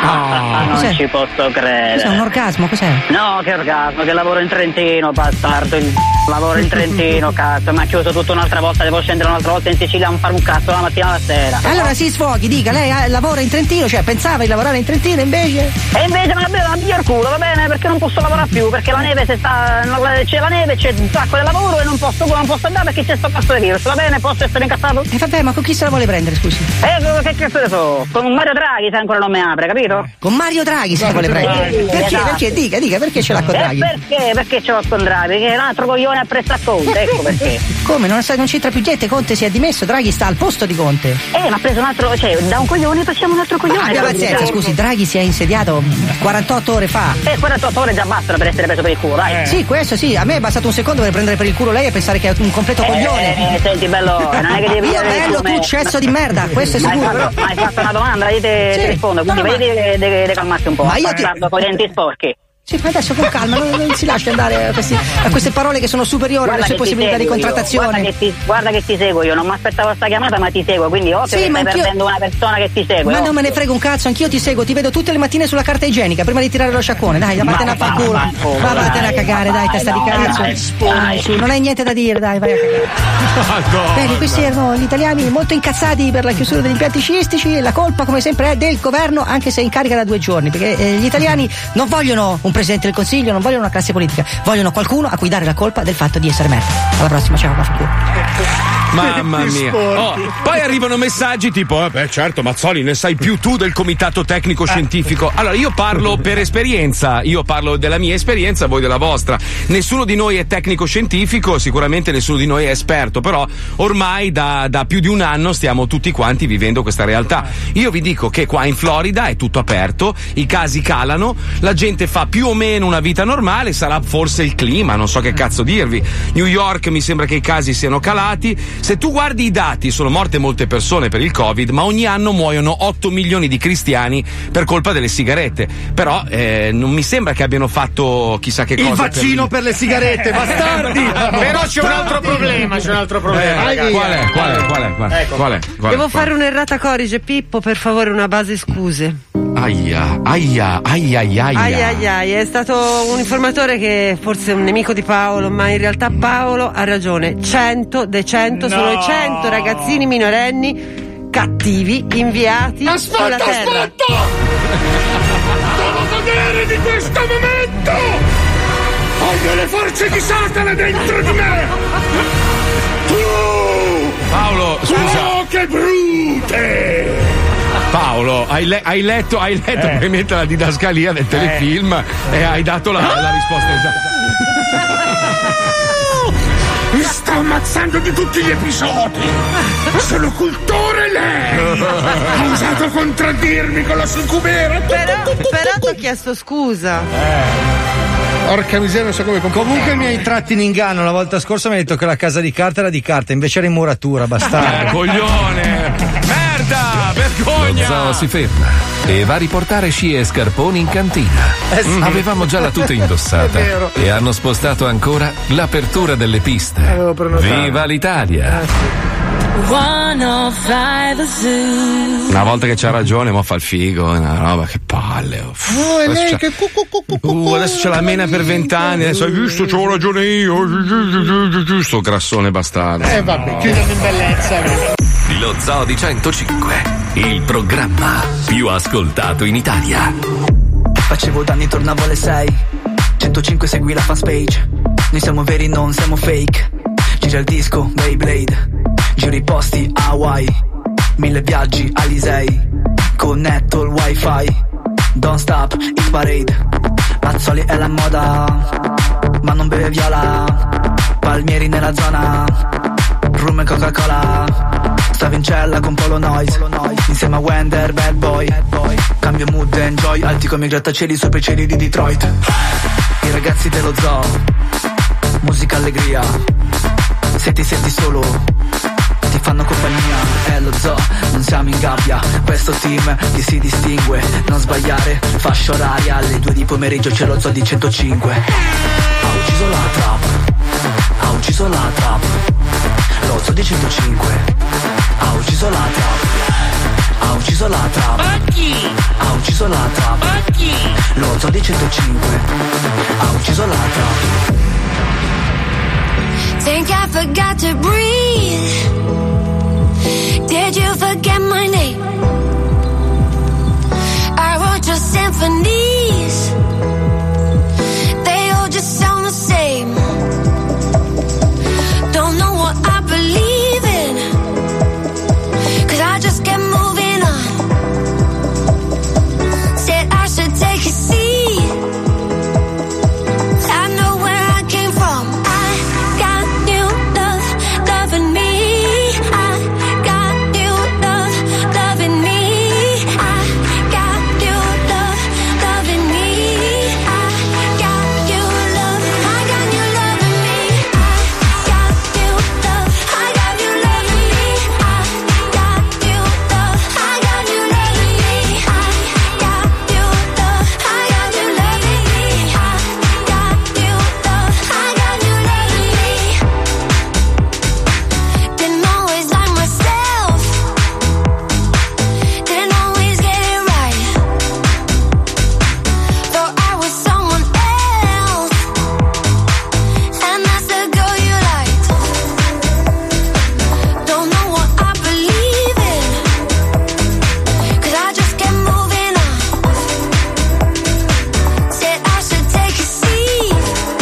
Ah, non Cos'è? ci posso credere. Cos'è un orgasmo? Cos'è? No, che orgasmo, che lavoro in Trentino, bastardo. il- Lavoro in Trentino, cazzo, mi ha chiuso tutta un'altra volta, devo scendere un'altra volta in Sicilia a fare un cazzo la mattina alla sera. Allora si sfoghi, dica, lei eh, lavora in Trentino, cioè pensava di lavorare in Trentino invece? E invece me la miglior culo, va bene? Perché non posso lavorare più, perché la neve se sta. c'è la neve, c'è un sacco di lavoro e non posso, non posso andare perché c'è sto cazzo di virus, va bene? Posso essere incazzato? E eh, vabbè, ma con chi se la vuole prendere, scusi? Eh, che cazzo ne so? Con Mario Draghi se ancora non mi apre, capito? Con Mario Draghi se la vuole prendere. Sì, Perché? esatto. Perché? Dica, dica, perché ce l'ha con Eh, Draghi? perché? Perché ce l'ho con Draghi? Perché è un altro coglione a presta a Conte, ecco perché. Come? Non, sa- non c'entra più niente, Conte si è dimesso, Draghi sta al posto di Conte. Eh, ma ha preso un altro, cioè, da un coglione passiamo un altro coglione. Ma abbia pazienza, scusi, Draghi si è insediato quarantotto ore fa. Eh, quarantotto ore già bastano per essere preso per il culo, dai. Sì, questo sì, a me è bastato un secondo per prendere per il culo lei e pensare che è un completo coglione. Eh, senti, bello, non è che devi Io dire bello, come- tu cesso di merda, questo è Ma hai sicuro. fatto- però- Ma hai fatto una domanda, io te, Sì. ti rispondo, quindi No, no, vedi di calmarti un po'. Ma io ti- Bastardo, con i denti sporchi. Sì, ma adesso con calma, non, non si lascia andare a, questi- a queste parole che sono superiori alle Guarda sue che ti possibilità di seguo io, contrattazione. Guarda che, ti, guarda che ti seguo io, non mi aspettavo sta chiamata ma ti seguo, quindi occhio Sì, che ma stai anch'io- perdendo una persona che ti segue. Ma occhio. non me ne frega un cazzo, anch'io ti seguo, ti vedo tutte le mattine sulla carta igienica prima di tirare lo sciacquone, dai, vattene a far culo. Ma vattene a cagare, dai, testa di cazzo. Dai, su, non hai niente da dire, dai, vai a cagare. Bene, questi erano gli italiani molto incazzati per la chiusura degli impianti sciistici e la colpa, come sempre, è del governo, anche se in carica da due giorni, perché eh, gli italiani non vogliono un presidente del consiglio, non vogliono una classe politica, vogliono qualcuno a cui dare la colpa del fatto di essere merda. Alla prossima, ciao, vaffanculo. Mamma mia. Oh, poi arrivano messaggi tipo: eh beh, certo, Mazzoli, ne sai più tu del comitato tecnico scientifico. Allora, io parlo per esperienza, io parlo della mia esperienza, voi della vostra. Nessuno di noi è tecnico scientifico, sicuramente nessuno di noi è esperto, però ormai da, da più di un anno stiamo tutti quanti vivendo questa realtà. Io vi dico che qua in Florida è tutto aperto, i casi calano, la gente fa più o meno una vita normale, sarà forse il clima, non so che cazzo dirvi. New York mi sembra che i casi siano calati. Se tu guardi i dati, sono morte molte persone per il Covid, ma ogni anno muoiono otto milioni di cristiani per colpa delle sigarette. Però eh, non mi sembra che abbiano fatto chissà che cosa. Il vaccino per le sigarette, bastardi! Però c'è un altro problema, c'è un altro problema. Eh, ragazzi. qual è? Qual è? Qual è? Qual è? Ecco. Qual è? Qual è? Devo fare un'errata corrige, Pippo, per favore, una base scuse. Aia, aia, aia, aia. Ai ai ai, è stato un informatore che forse è un nemico di Paolo, ma in realtà Paolo ha ragione. cento dei cento sono i cento ragazzini minorenni cattivi inviati Aspetta, sulla terra. aspetta! Devo godere di questo momento! Ho delle forze di Satana dentro di me! Tu! Paolo, scusa. Oh, che brute! Paolo, hai, le- hai letto, hai letto Eh. probabilmente la didascalia del telefilm e hai dato la, la risposta esatta. Mi sta ammazzando di tutti gli episodi! Sono cultore lei! Ha osato contraddirmi con la succubera! Però, però ti ho chiesto scusa. Porca miseria, non so come comportarmi. Comunque mi hai tratti in inganno. La volta scorsa mi hai detto che la casa di carta era di carta, invece era in muratura, Eh, bastardo. coglione! Merda! Vergogna! Lo zoo si ferma e va a riportare sci e scarponi in cantina. Eh sì. Avevamo già la tuta indossata È vero. e hanno spostato ancora l'apertura delle piste. Avevo prenotato. Viva l'Italia! Una volta che c'ha ragione, mo fa il figo, una roba, che palle. oh. Oh, è Adesso lei c'ha- che cu, cu, cu, cu, cu, Uh, adesso c'è la mena per vent'anni, adesso hai visto, c'ho ragione io. Sto grassone bastardo. Eh vabbè, chiudiamo in bellezza. Lo Zoo di centocinque, il programma più ascoltato in Italia. Facevo danni, tornavo alle sei. centocinque segui la fanpage. Noi siamo veri, non siamo fake. Gira il disco, Beyblade. Giro i posti, Hawaii. Mille viaggi, Alisei. Connetto il wifi. Don't stop, hit parade. Mazzoli è la moda, ma non beve viola. Palmieri nella zona, rum e Coca-Cola. Stavo in cella con Polo Noise, insieme a Wender, bad boy. Cambio mood, enjoy, alti come i grattacieli sopra i cieli di Detroit. I ragazzi dello zoo, musica allegria. Se ti senti solo, ti fanno compagnia. È lo zoo, non siamo in gabbia. Questo team che si distingue. Non sbagliare, fascia oraria. Alle due di pomeriggio c'è lo zoo di centocinque. Ha ucciso la trap, ha ucciso la trap. Lo zoo di centocinque. Ha ucciso la trap, ha ucciso la trap. Ha ucciso la la trap. Lo zoo di centocinque ha ucciso la trap. Think I forgot to breathe. Did you forget my name? I wrote your symphonies. They all just sound the same. Don't know what I believe in, 'cause I just kept moving on. Said I should take a seat. I know where I came from. I got new love, loving me. I got new love, loving me. I got new love, loving me. I got new love, I got new loving me. I got new love, I got new loving me. I got new love, I got new loving me. I got new love, I got new loving me. I got new love, I got new loving me. Didn't always like myself, didn't always get it right. Thought I was someone else, and that's the girl you liked. Don't know what I believe in, 'cause I just kept moving on. Said I should take a seat.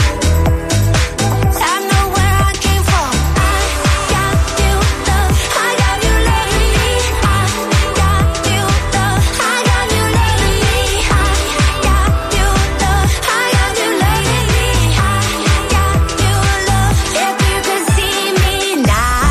I know where I came from. I got new love, I got new loving me. I got new love, I got new loving me. I got new love, I got new loving me. I got new love. If you could see me now,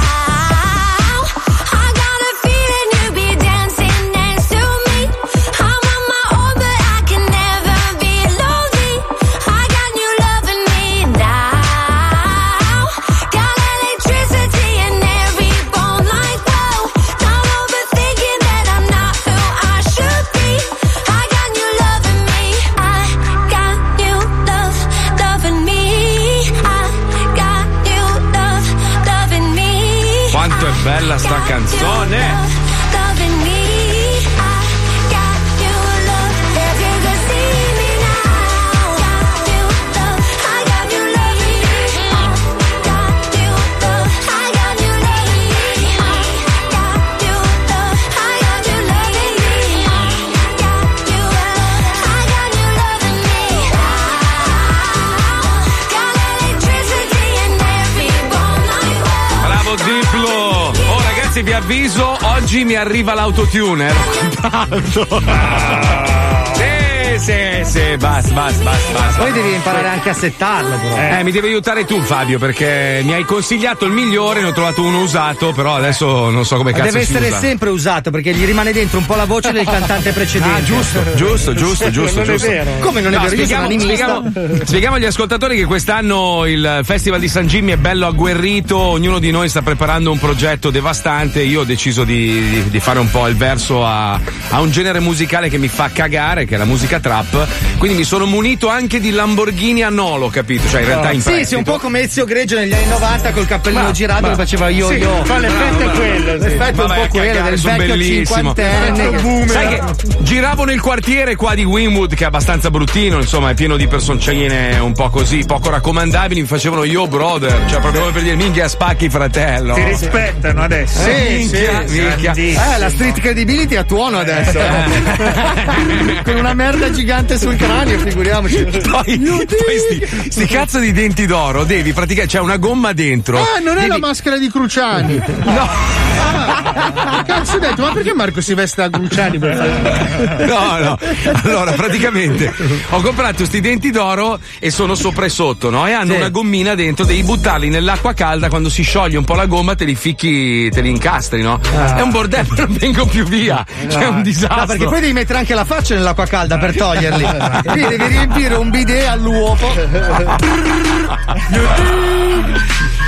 I got a feeling you'd be dancing next to me. I'm on my own, but I can never be lonely. I got new loving me now. Got electricity in every bone, like whoa. Not overthinking that I'm not who I should be. I got new loving me. I got new love, loving me. I got new love, loving me. Quanto è bella sta canzone! Loving me. I got new love. If you could see me now. Got new love, I got new loving me. I got new love, I got new loving me. I got new love, I got new loving me. I got new love, I got new loving me. Got electricity in every bone, like whoa. Bravo Diplo! Oh ragazzi, vi avviso, oggi mi arriva l'autotuner. Sì, sì, sì, basta, basta, basta, basta. Poi devi imparare anche a settarlo, però. Eh, mi devi aiutare tu, Fabio, perché mi hai consigliato il migliore, ne ho trovato uno usato, però adesso non so come cazzo Deve si essere usa. sempre usato, perché gli rimane dentro un po' la voce del cantante precedente. Ah, giusto, giusto, giusto, giusto, Non è giusto. vero. Come non è No, vero? Io sono spieghiamo, animista. spieghiamo, spieghiamo agli ascoltatori che quest'anno il Festival di San Jimmy è bello agguerrito, ognuno di noi sta preparando un progetto devastante. Io ho deciso di, di, di fare un po' il verso a, a un genere musicale che mi fa cagare, che è la musica trap. Quindi mi sono munito anche di Lamborghini a Nolo, capito? Cioè in realtà in Sì, prestito. sì, un po' come Ezio Greggio negli anni novanta col cappellino Ma- girato ma- che faceva io sì, io. fa l'effetto è quello, sì. L'effetto è Ma un vai po' a quello cagare, del son vecchio bellissimo. cinquantenne. che- Sai che giravo nel quartiere qua di Wynwood, che è abbastanza bruttino, insomma, è pieno di personcine un po' così, poco raccomandabili. Mi facevano yo brother, cioè proprio per dire minchia spacchi fratello. Ti rispettano adesso. Sì, minchia, sì, minchia. Eh, la street credibility a tuono adesso. Con una merda gigante sul cranio, figuriamoci. Poi, poi sti, sti cazzo di denti d'oro, devi praticare, c'è una gomma dentro. Ah, non è devi... la maschera di Cruciani. No. Ah, cazzo ho detto, ma perché Marco si veste da Cruciani? No, no. Allora, praticamente ho comprato sti denti d'oro e sono sopra e sotto, no? E hanno Sì. una gommina dentro, devi buttarli nell'acqua calda, quando si scioglie un po' la gomma te li ficchi, te li incastri, no? Ah. È un bordello, non vengo più via. C'è un disastro. No, perché poi devi mettere anche la faccia nell'acqua calda per toglierli. Quindi devi riempire un bidet all'uopo. Porca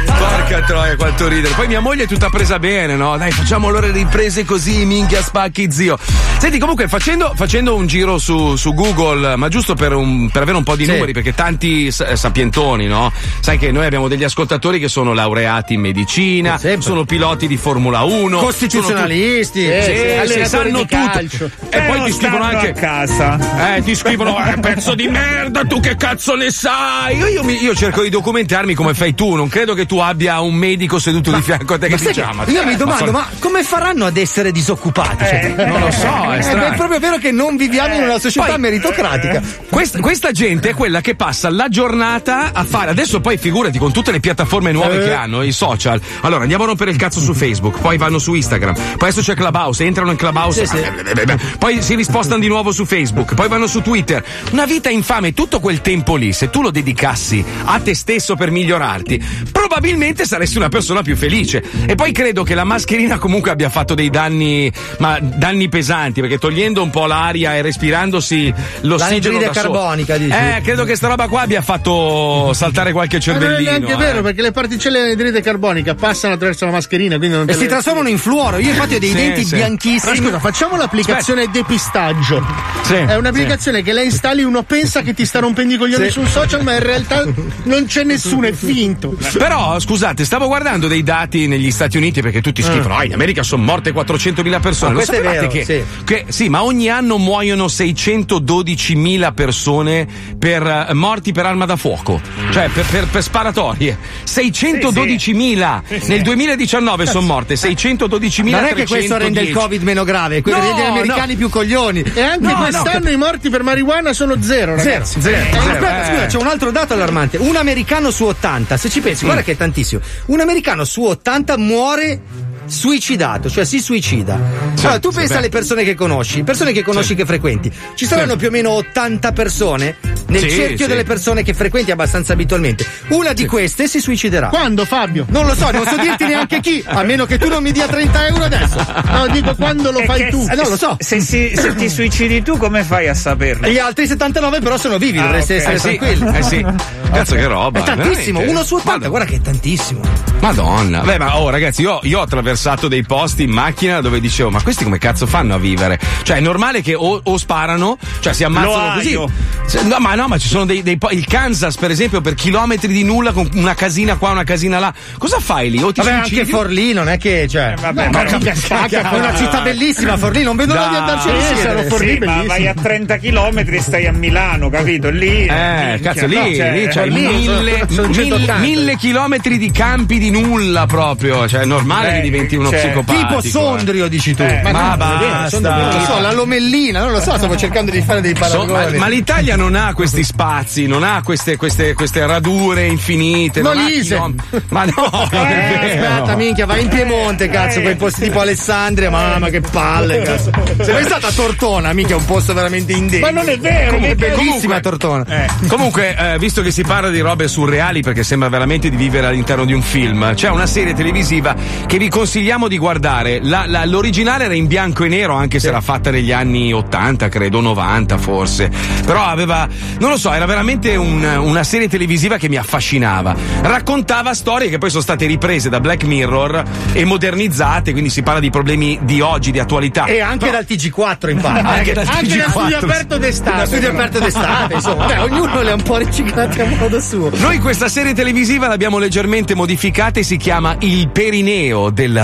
Porca troia, quanto ridere. Poi mia moglie è tutta presa bene, no? Dai, facciamo allora le riprese così, minchia spacchi, zio. Senti, comunque, facendo, facendo un giro su, su Google, ma giusto per, un, per avere un po' di Sì. numeri, perché tanti s- sapientoni, no? Sai che noi abbiamo degli ascoltatori che sono laureati in medicina, sono piloti di Formula uno, Costituzionalisti, sono tu- sì, sì, sì, allenatori sanno di tutto. calcio. E Però poi ti scrivono stanno anche a casa. Eh, ti scrivono, eh, pezzo di merda, tu che cazzo ne sai? Io, io, mi- io cerco di documentarmi come fai tu, non credo che tu abbia un medico seduto di fianco a te che Ma ti sai dice, che "Ah, ma io mi ma domando, sono- ma come faranno ad essere disoccupati? Cioè, Eh, non lo so, è Ed strano. è proprio vero che non viviamo in una società Poi- meritocratica. Questa, questa gente è quella che passa la giornata a fare. Adesso poi figurati con tutte le piattaforme nuove Eh. che hanno, i social. Allora andiamo a rompere il cazzo su Facebook, poi vanno su Instagram, poi adesso c'è Clubhouse, entrano in Clubhouse, Sì, sì. poi si rispostano di nuovo su Facebook, poi vanno su Twitter. Una vita infame, tutto quel tempo lì, se tu lo dedicassi a te stesso per migliorarti, probabilmente saresti una persona più felice. E poi credo che la mascherina comunque abbia fatto dei danni, ma danni pesanti, perché togliendo un po' l'aria e respirandosi l'ossigeno L'anidride da solo. carbonica, dici? Eh, credo che sta roba qua abbia fatto saltare qualche Ma non è cervellino. neanche eh. vero, perché le particelle di anidride carbonica passano attraverso la mascherina, quindi non te E si le- trasformano in fluoro. Io infatti ho dei Sì, denti sì. bianchissimi. Ma scusa, facciamo l'applicazione depistaggio. Sì, È un'applicazione che la installi, uno pensa che ti sta rompendo i coglioni Sì. su un social, ma in realtà non c'è nessuno, è finto. Però, scusate, stavo guardando dei dati negli Stati Uniti perché tutti scrivono, ah, in America sono morte quattrocentomila persone. Ma Lo questo è sapevate vero, che, sì. che- sì, ma ogni anno muoiono seicentododicimila persone per eh, morti per arma da fuoco, cioè per, per- per sparatorie. seicentododicimila! Sì, sì. Nel duemiladiciannove sono morte seicentododicimila. Non è che questo rende il Covid meno grave, quello No, rende gli americani no. più coglioni. E anche No, quest'anno no, i morti per marijuana sono zero, Zero, ragazzi. zero, Eh, zero. aspetta, Aspetta, scusa, c'è un altro dato allarmante. Un americano su ottanta, se ci pensi, guarda che è tantissimo. Un americano su ottanta muore suicidato, cioè si suicida. Allora, tu sì, pensa beh. alle persone che conosci, persone che conosci Sì. che frequenti. Ci saranno Sì. più o meno ottanta persone nel Sì, cerchio sì. delle persone che frequenti abbastanza abitualmente. Una di queste si suiciderà. Quando, Fabio? Non lo so, non so dirti neanche chi, a meno che tu non mi dia trenta euro adesso. No, dico quando lo E fai che- tu. Eh, non lo so. Se, si- se ti suicidi tu, come fai a saperlo? Gli altri settantanove però sono vivi, Ah, dovreste ok. essere Eh sì, tranquilli. eh sì. Cazzo che roba. È tantissimo, veramente. uno su ottanta, Madonna. guarda che è tantissimo. Madonna, beh, ma oh ragazzi, io, io ho attraversato dei posti in macchina dove dicevo, ma questi come cazzo fanno a vivere? Cioè, è normale che o, o sparano, cioè si ammazzano così. L'Ohio. Se- No, ma no, ma ci sono dei, dei po- il Kansas, per esempio, per chilometri di nulla, con una casina qua, una casina là. Cosa fai lì? O ti Vabbè, suicidi? anche Forlì non è che, cioè. vabbè, no, ma ma mica stacca, è una città bellissima, Forlì, non vedo l'ora di Dai. andarci a Sì, risiedere. sarò Forlì, Sì, ma bellissimo. vai a trenta chilometri e stai a Milano, capito? Lì. Eh, minchia, cazzo, lì, no, cioè, lì c'hai lì mille, sono- sono mille, centottanta. mille chilometri di campi di nulla proprio. Cioè, è normale Eh, che diventi uno cioè, psicopatico. Tipo Sondrio, dici tu. Eh, Ma, no, non è vero, basta. Sondrio, non lo so, la Lomellina, non lo so, stavo cercando di fare dei So- ma, paragoni. ma l'Italia non ha questi spazi, non ha queste, queste, queste radure infinite. non ha Molise. chilom- Ma no, non è Eh, vero. aspetta, minchia, vai in Piemonte, cazzo, quei posti tipo Alessandria, mamma che palle, cazzo. Sei mai stata a Tortona, mica un posto veramente indegno. Ma non è vero, Comunque, che bellissima comunque- Tortona. Eh, Comunque, eh, visto che si parla di robe surreali, perché sembra veramente di vivere all'interno di un film, c'è una serie televisiva che vi consigliamo di guardare. La- la- l'originale era in bianco e nero, anche se era fatta negli anni ottanta, credo, novanta forse. Però aveva, non lo so, era veramente un- una serie televisiva che mi affascinava. Raccontava storie che poi sono state riprese da Black Mirror e modernizzate, quindi si parla di problemi di oggi, di attualità. E anche Però- dal T G quattro, infatti. Anche dal Anche T G da studio quattro. aperto d'estate. Da studio aperto d'estate, insomma. Beh, ognuno le ha un po' riciclate a modo suo. Noi questa serie televisiva l'abbiamo leggermente modificata e si chiama Il Perineo della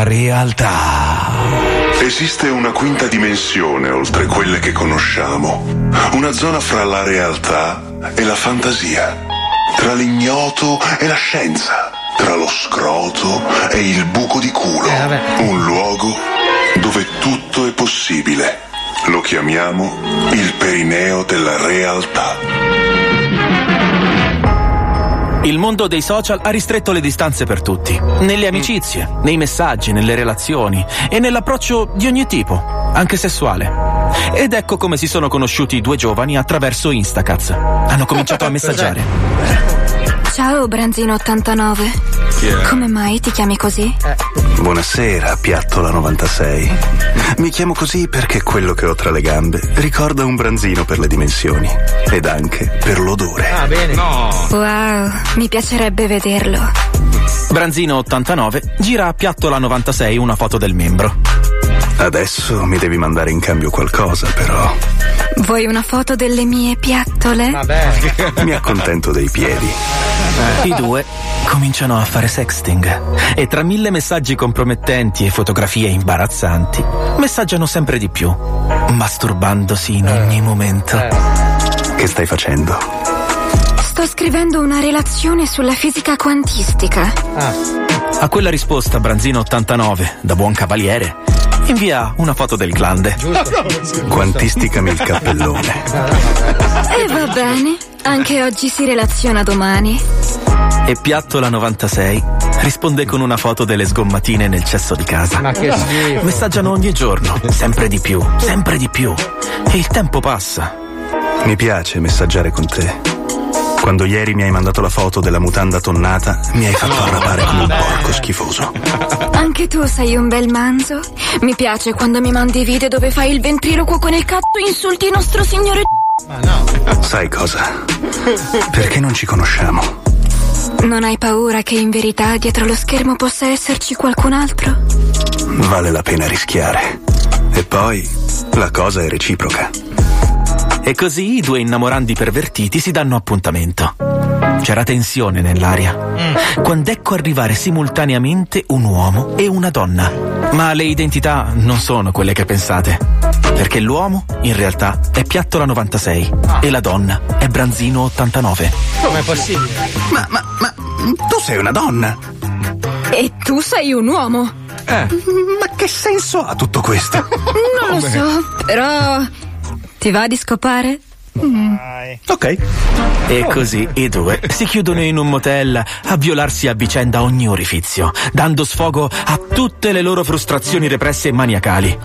realtà. Esiste una quinta dimensione oltre quelle che conosciamo. Una zona fra la realtà e la fantasia. Tra l'ignoto e la scienza. Tra lo scroto e il buco di culo. Un luogo dove tutto è possibile. Lo chiamiamo il Perineo della realtà. Il mondo dei social ha ristretto le distanze per tutti, nelle amicizie, nei messaggi, nelle relazioni e nell'approccio di ogni tipo, anche sessuale. Ed ecco come si sono conosciuti i due giovani attraverso Instacaz. Hanno cominciato a messaggiare. Ciao, Branzino ottantanove. Come mai ti chiami così? Buonasera, Piattola novantasei. Mi chiamo così perché quello che ho tra le gambe ricorda un branzino per le dimensioni ed anche per l'odore. Ah, bene. No. Wow, mi piacerebbe vederlo. Branzino ottantanove gira a Piattola novantasei una foto del membro. Adesso mi devi mandare in cambio qualcosa, però. Vuoi una foto delle mie piattole? Vabbè. Mi accontento dei piedi. I due cominciano a fare sexting e tra mille messaggi compromettenti e fotografie imbarazzanti messaggiano sempre di più, masturbandosi in ogni momento. Che stai facendo? Sto scrivendo una relazione sulla fisica quantistica. A quella risposta Branzino ottantanove, da buon cavaliere, invia una foto del glande. Quantisticami il cappellone. E va bene, anche oggi si relaziona domani. E Piattola novantasei risponde con una foto delle sgommatine nel cesso di casa. Ma che schifo. Messaggiano ogni giorno, sempre di più, sempre di più. E il tempo passa. Mi piace messaggiare con te. Quando ieri mi hai mandato la foto della mutanda tonnata, mi hai fatto arrabbiare come un porco schifoso. Anche tu sei un bel manzo. Mi piace quando mi mandi video dove fai il ventriloquo con il cazzo e insulti nostro signore. Ma no. Sai cosa? Perché non ci conosciamo? Non hai paura che in verità dietro lo schermo possa esserci qualcun altro? Vale la pena rischiare. E poi la cosa è reciproca. E così i due innamorandi pervertiti si danno appuntamento. C'era tensione nell'aria. Quando ecco arrivare simultaneamente un uomo e una donna. Ma le identità non sono quelle che pensate. Perché l'uomo, in realtà, è Piattola novantasei e la donna è Branzino ottantanove. Com'è possibile? Ma, ma, ma, tu sei una donna? E tu sei un uomo? Eh. Ma che senso ha tutto questo? Non lo so, però... Ti va di scopare? Mm. Ok. E così i due si chiudono in un motel a violarsi a vicenda ogni orifizio, dando sfogo a tutte le loro frustrazioni represse e maniacali.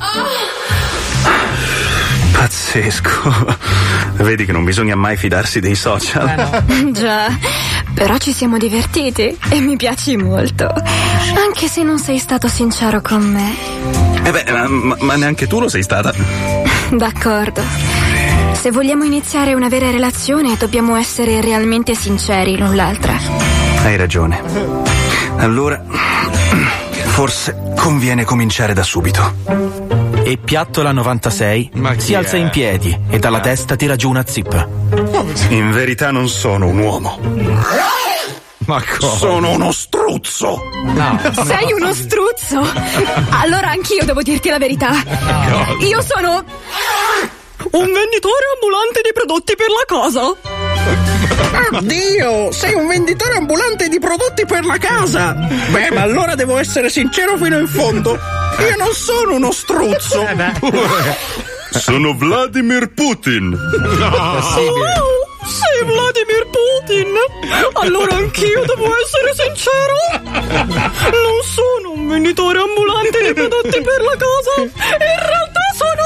Pazzesco. Vedi che non bisogna mai fidarsi dei social. Eh no. Già, però ci siamo divertiti e mi piaci molto. Anche se non sei stato sincero con me. Eh beh, ma, ma neanche tu lo sei stata. D'accordo. Se vogliamo iniziare una vera relazione, dobbiamo essere realmente sinceri l'un l'altra. Hai ragione. Allora, forse conviene cominciare da subito. E Piattola novantasei si alza in piedi e dalla testa tira giù una zip. In verità non sono un uomo. Ma cosa? Sono uno struzzo. No. Sei uno struzzo? Allora anch'io devo dirti la verità. Io sono un venditore ambulante di prodotti per la casa. Oddio, sei un venditore ambulante di prodotti per la casa. Beh, ma allora devo essere sincero fino in fondo. Io non sono uno struzzo. Sono Vladimir Putin. No. Oh, sei Vladimir Putin? Allora anch'io devo essere sincero. Non sono un venditore ambulante di prodotti per la casa. In realtà sono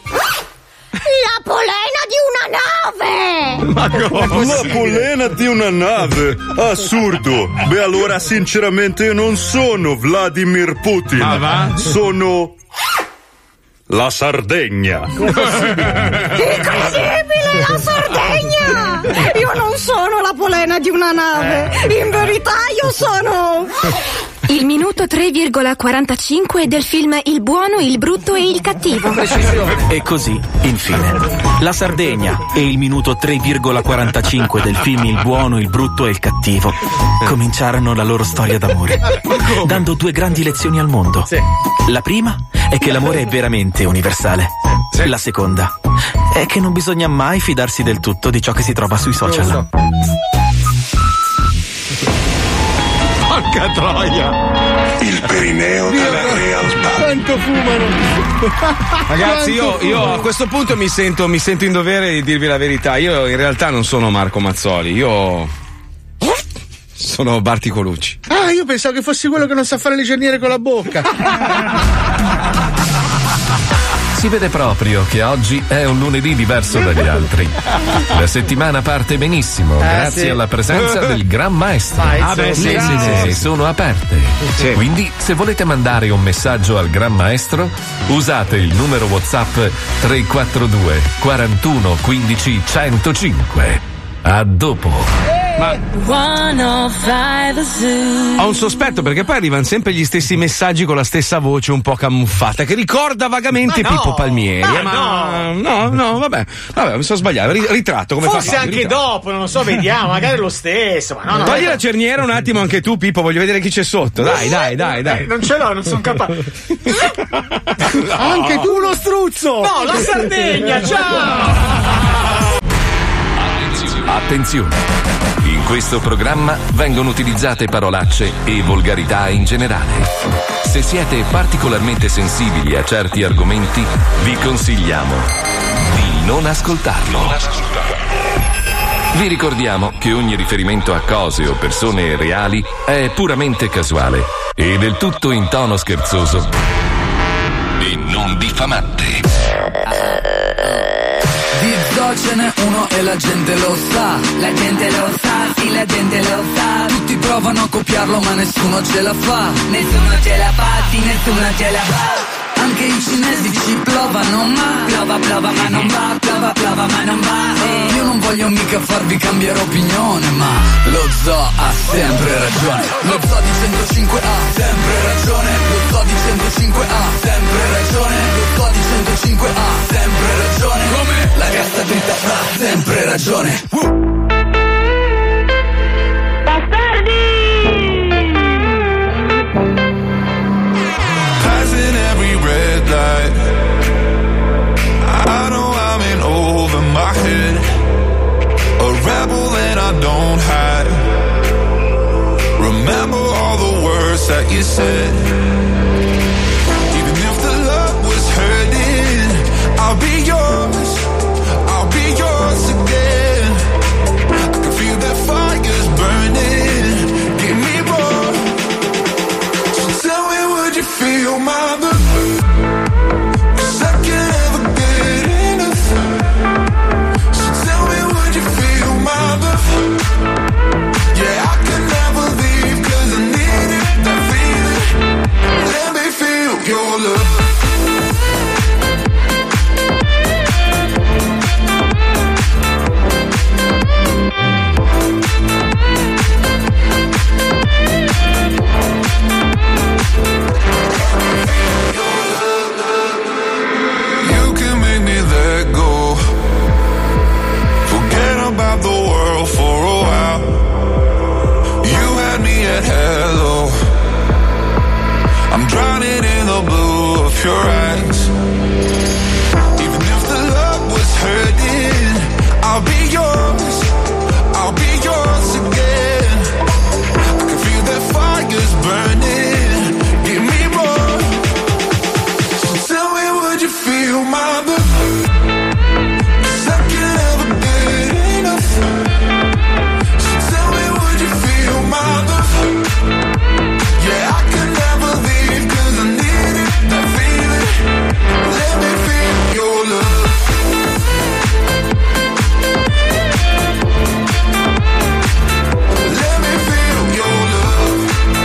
la polena di una nave. La polena di una nave? Assurdo. Beh, allora sinceramente io non sono Vladimir Putin. Ah, va? Sono la Sardegna. Incredibile, la Sardegna! Io non sono la polena di una nave. In verità io sono il minuto tre virgola quarantacinque del film Il buono, il brutto e il cattivo. E così, infine, la Sardegna e il minuto tre virgola quarantacinque del film Il buono, il brutto e il cattivo cominciarono la loro storia d'amore, dando due grandi lezioni al mondo. La prima è che l'amore è veramente universale. La seconda è che non bisogna mai fidarsi del tutto di ciò che si trova sui social. Porca troia! Il perineo della realtà. Quanto fumano! Ragazzi, io, io a questo punto mi sento, mi sento in dovere di dirvi la verità. Io in realtà non sono Marco Mazzoli, io sono Barti Colucci. Ah, io pensavo che fossi quello che non sa fare le cerniere con la bocca. Si vede proprio che oggi è un lunedì diverso dagli altri. La settimana parte benissimo, eh, grazie sì. alla presenza del Gran Maestro. Ah, beh, sì, Le sì, linee sì, sì. sono aperte. Sì. Quindi, se volete mandare un messaggio al Gran Maestro, usate il numero WhatsApp tre quattro due quarantuno quindici centocinque. A dopo. Ho un sospetto perché poi arrivano sempre gli stessi messaggi con la stessa voce un po' camuffata che ricorda vagamente Ma no, Pippo Palmieri. ma eh, ma no, no, vabbè, vabbè, mi sono sbagliato. Ri- ritratto come Forse fa anche dopo, non lo so, vediamo, magari è lo stesso. Ma no, no, Togli no. la cerniera un attimo anche tu, Pippo, voglio vedere chi c'è sotto. Dai, dai, dai, dai. Eh, non ce l'ho, non sono capace. Anche tu lo struzzo! No, la Sardegna, ciao! Attenzione! In questo programma vengono utilizzate parolacce e volgarità in generale. Se siete particolarmente sensibili a certi argomenti, vi consigliamo di non ascoltarlo. Vi ricordiamo che ogni riferimento a cose o persone reali è puramente casuale e del tutto in tono scherzoso e non diffamante. Di zoo ce n'è uno e la gente lo sa. La gente lo sa, sì, la gente lo sa. Tutti provano a copiarlo ma nessuno ce la fa. Nessuno ce la fa, sì, nessuno ce la fa. Anche i cinesi ci plovano ma Plova, plova ma non va, plova, plova ma non va. E io non voglio mica farvi cambiare opinione, ma lo zoo ha sempre ragione. Lo zoo di centocinque ha sempre ragione. Lo zoo di centocinque ha sempre ragione. Lo zoo di centocinque ha sempre ragione. Come? La cassa dritta ha sempre ragione. Uh. Passing every red light, I know I'm in over my head. A rebel that I don't hide. Remember all the words that you said. Even if the love was hurting, I'll be yours, I'll be yours again. I can feel that fire's burning, give me more. So tell me, would you feel my love? Cause I can't ever get enough. So tell me, would you feel my love? Yeah, I can never leave cause I need it, that feeling. Let me feel your love. You can make me let go. Forget about the world for a while. You had me at hello. I'm drowning in the blue of your eyes. Even if the love was hurting, I'll be yours, I'll be yours again. I can feel that fire's burning, give me more. So tell me, would you feel my love? Cause I can't ever get enough. So tell me, would you feel my love? Yeah, I can never leave cause I need it, that feeling. Let me feel your love. Let me feel your love.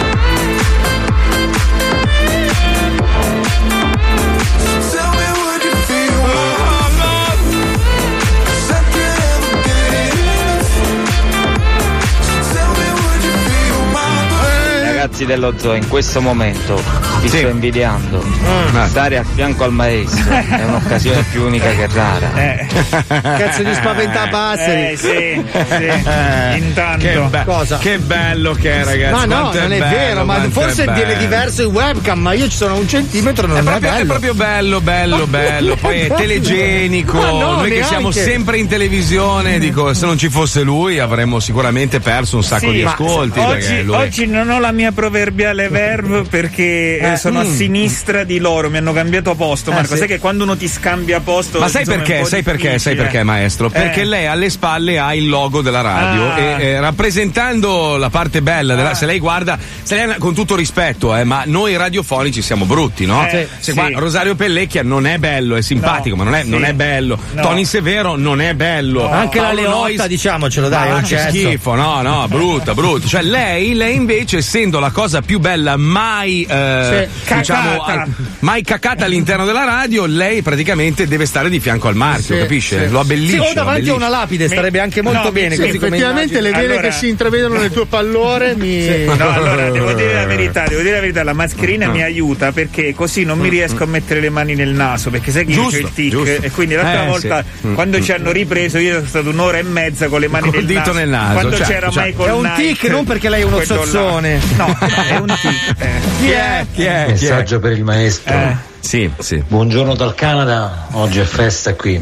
So tell me, would you feel my love? Cause I can't ever get enough. So tell me, would you feel my love? Ragazzi dello zoo, in questo momento vi sto invidiando. Stare a fianco al maestro è un'occasione più unica che rara. Cazzo di spaventabasseri. Eh, sì, sì. Intanto. Che, be- Cosa? che bello che è, ragazzi. Ma no, quanto non è, bello, vero, ma quanto forse è bello. viene diverso in webcam, ma io ci sono a un centimetro, non È è, proprio, è bello. proprio bello, bello, bello. Poi è telegenico. Ma no, Noi che neanche. siamo sempre in televisione, dico, se non ci fosse lui avremmo sicuramente perso un sacco Sì, di ma ascolti. Oggi, perché lui... oggi non ho la mia proverbiale verve perché eh, sono a mm. sinistra di loro, mi hanno cambiato posto. Eh, Marco, sì. sai che quando uno ti scambia posto. Ma sai insomma, è un perché? po' Sai perché? Sai difficile. perché, maestro? Eh. Perché lei alle spalle ha il logo della radio Ah. e eh, rappresentando la parte bella della, se lei guarda, se lei, con tutto rispetto, eh, ma noi radiofonici siamo brutti, no? Eh, se sì. guarda, Rosario Pellecchia non è bello, è simpatico, No, ma non è, sì. non è bello. No. Tony Severo non è bello. Anche la Paolo Leotta, Nois- diciamocelo, dai, Ma è un che gesto. schifo, no, no, brutta, brutta. Cioè lei, lei invece, essendo la cosa più bella mai eh, Sì, diciamo cacata. al- mai cacata all'interno della radio, lei praticamente deve stare di fianco al marchio, Sì, capisce? sì. Lo abbellisce. Sì, o lo davanti a abbellisce. una lapide starebbe anche molto no, bene. sì, così come Effettivamente le immagini. vene Allora- che si intravedono nel tuo pallore mi. No, allora devo dire la verità, devo dire la verità, la mascherina mi aiuta perché così non mi riesco a mettere le mani nel naso, perché sai che io Giusto, c'ho il tic giusto. e quindi l'altra Eh, volta sì. Mm, quando mm, ci hanno ripreso io sono stato un'ora e mezza con le mani Col nel dito naso. nel naso, Quando certo, c'era certo. Michael È un Knight, tic, non perché lei è uno quello là. zozzone. No, no, è un tic. eh. Chi è? Chi è? Chi è? Messaggio per il maestro. Eh. Sì, sì. Buongiorno dal Canada, oggi è festa qui.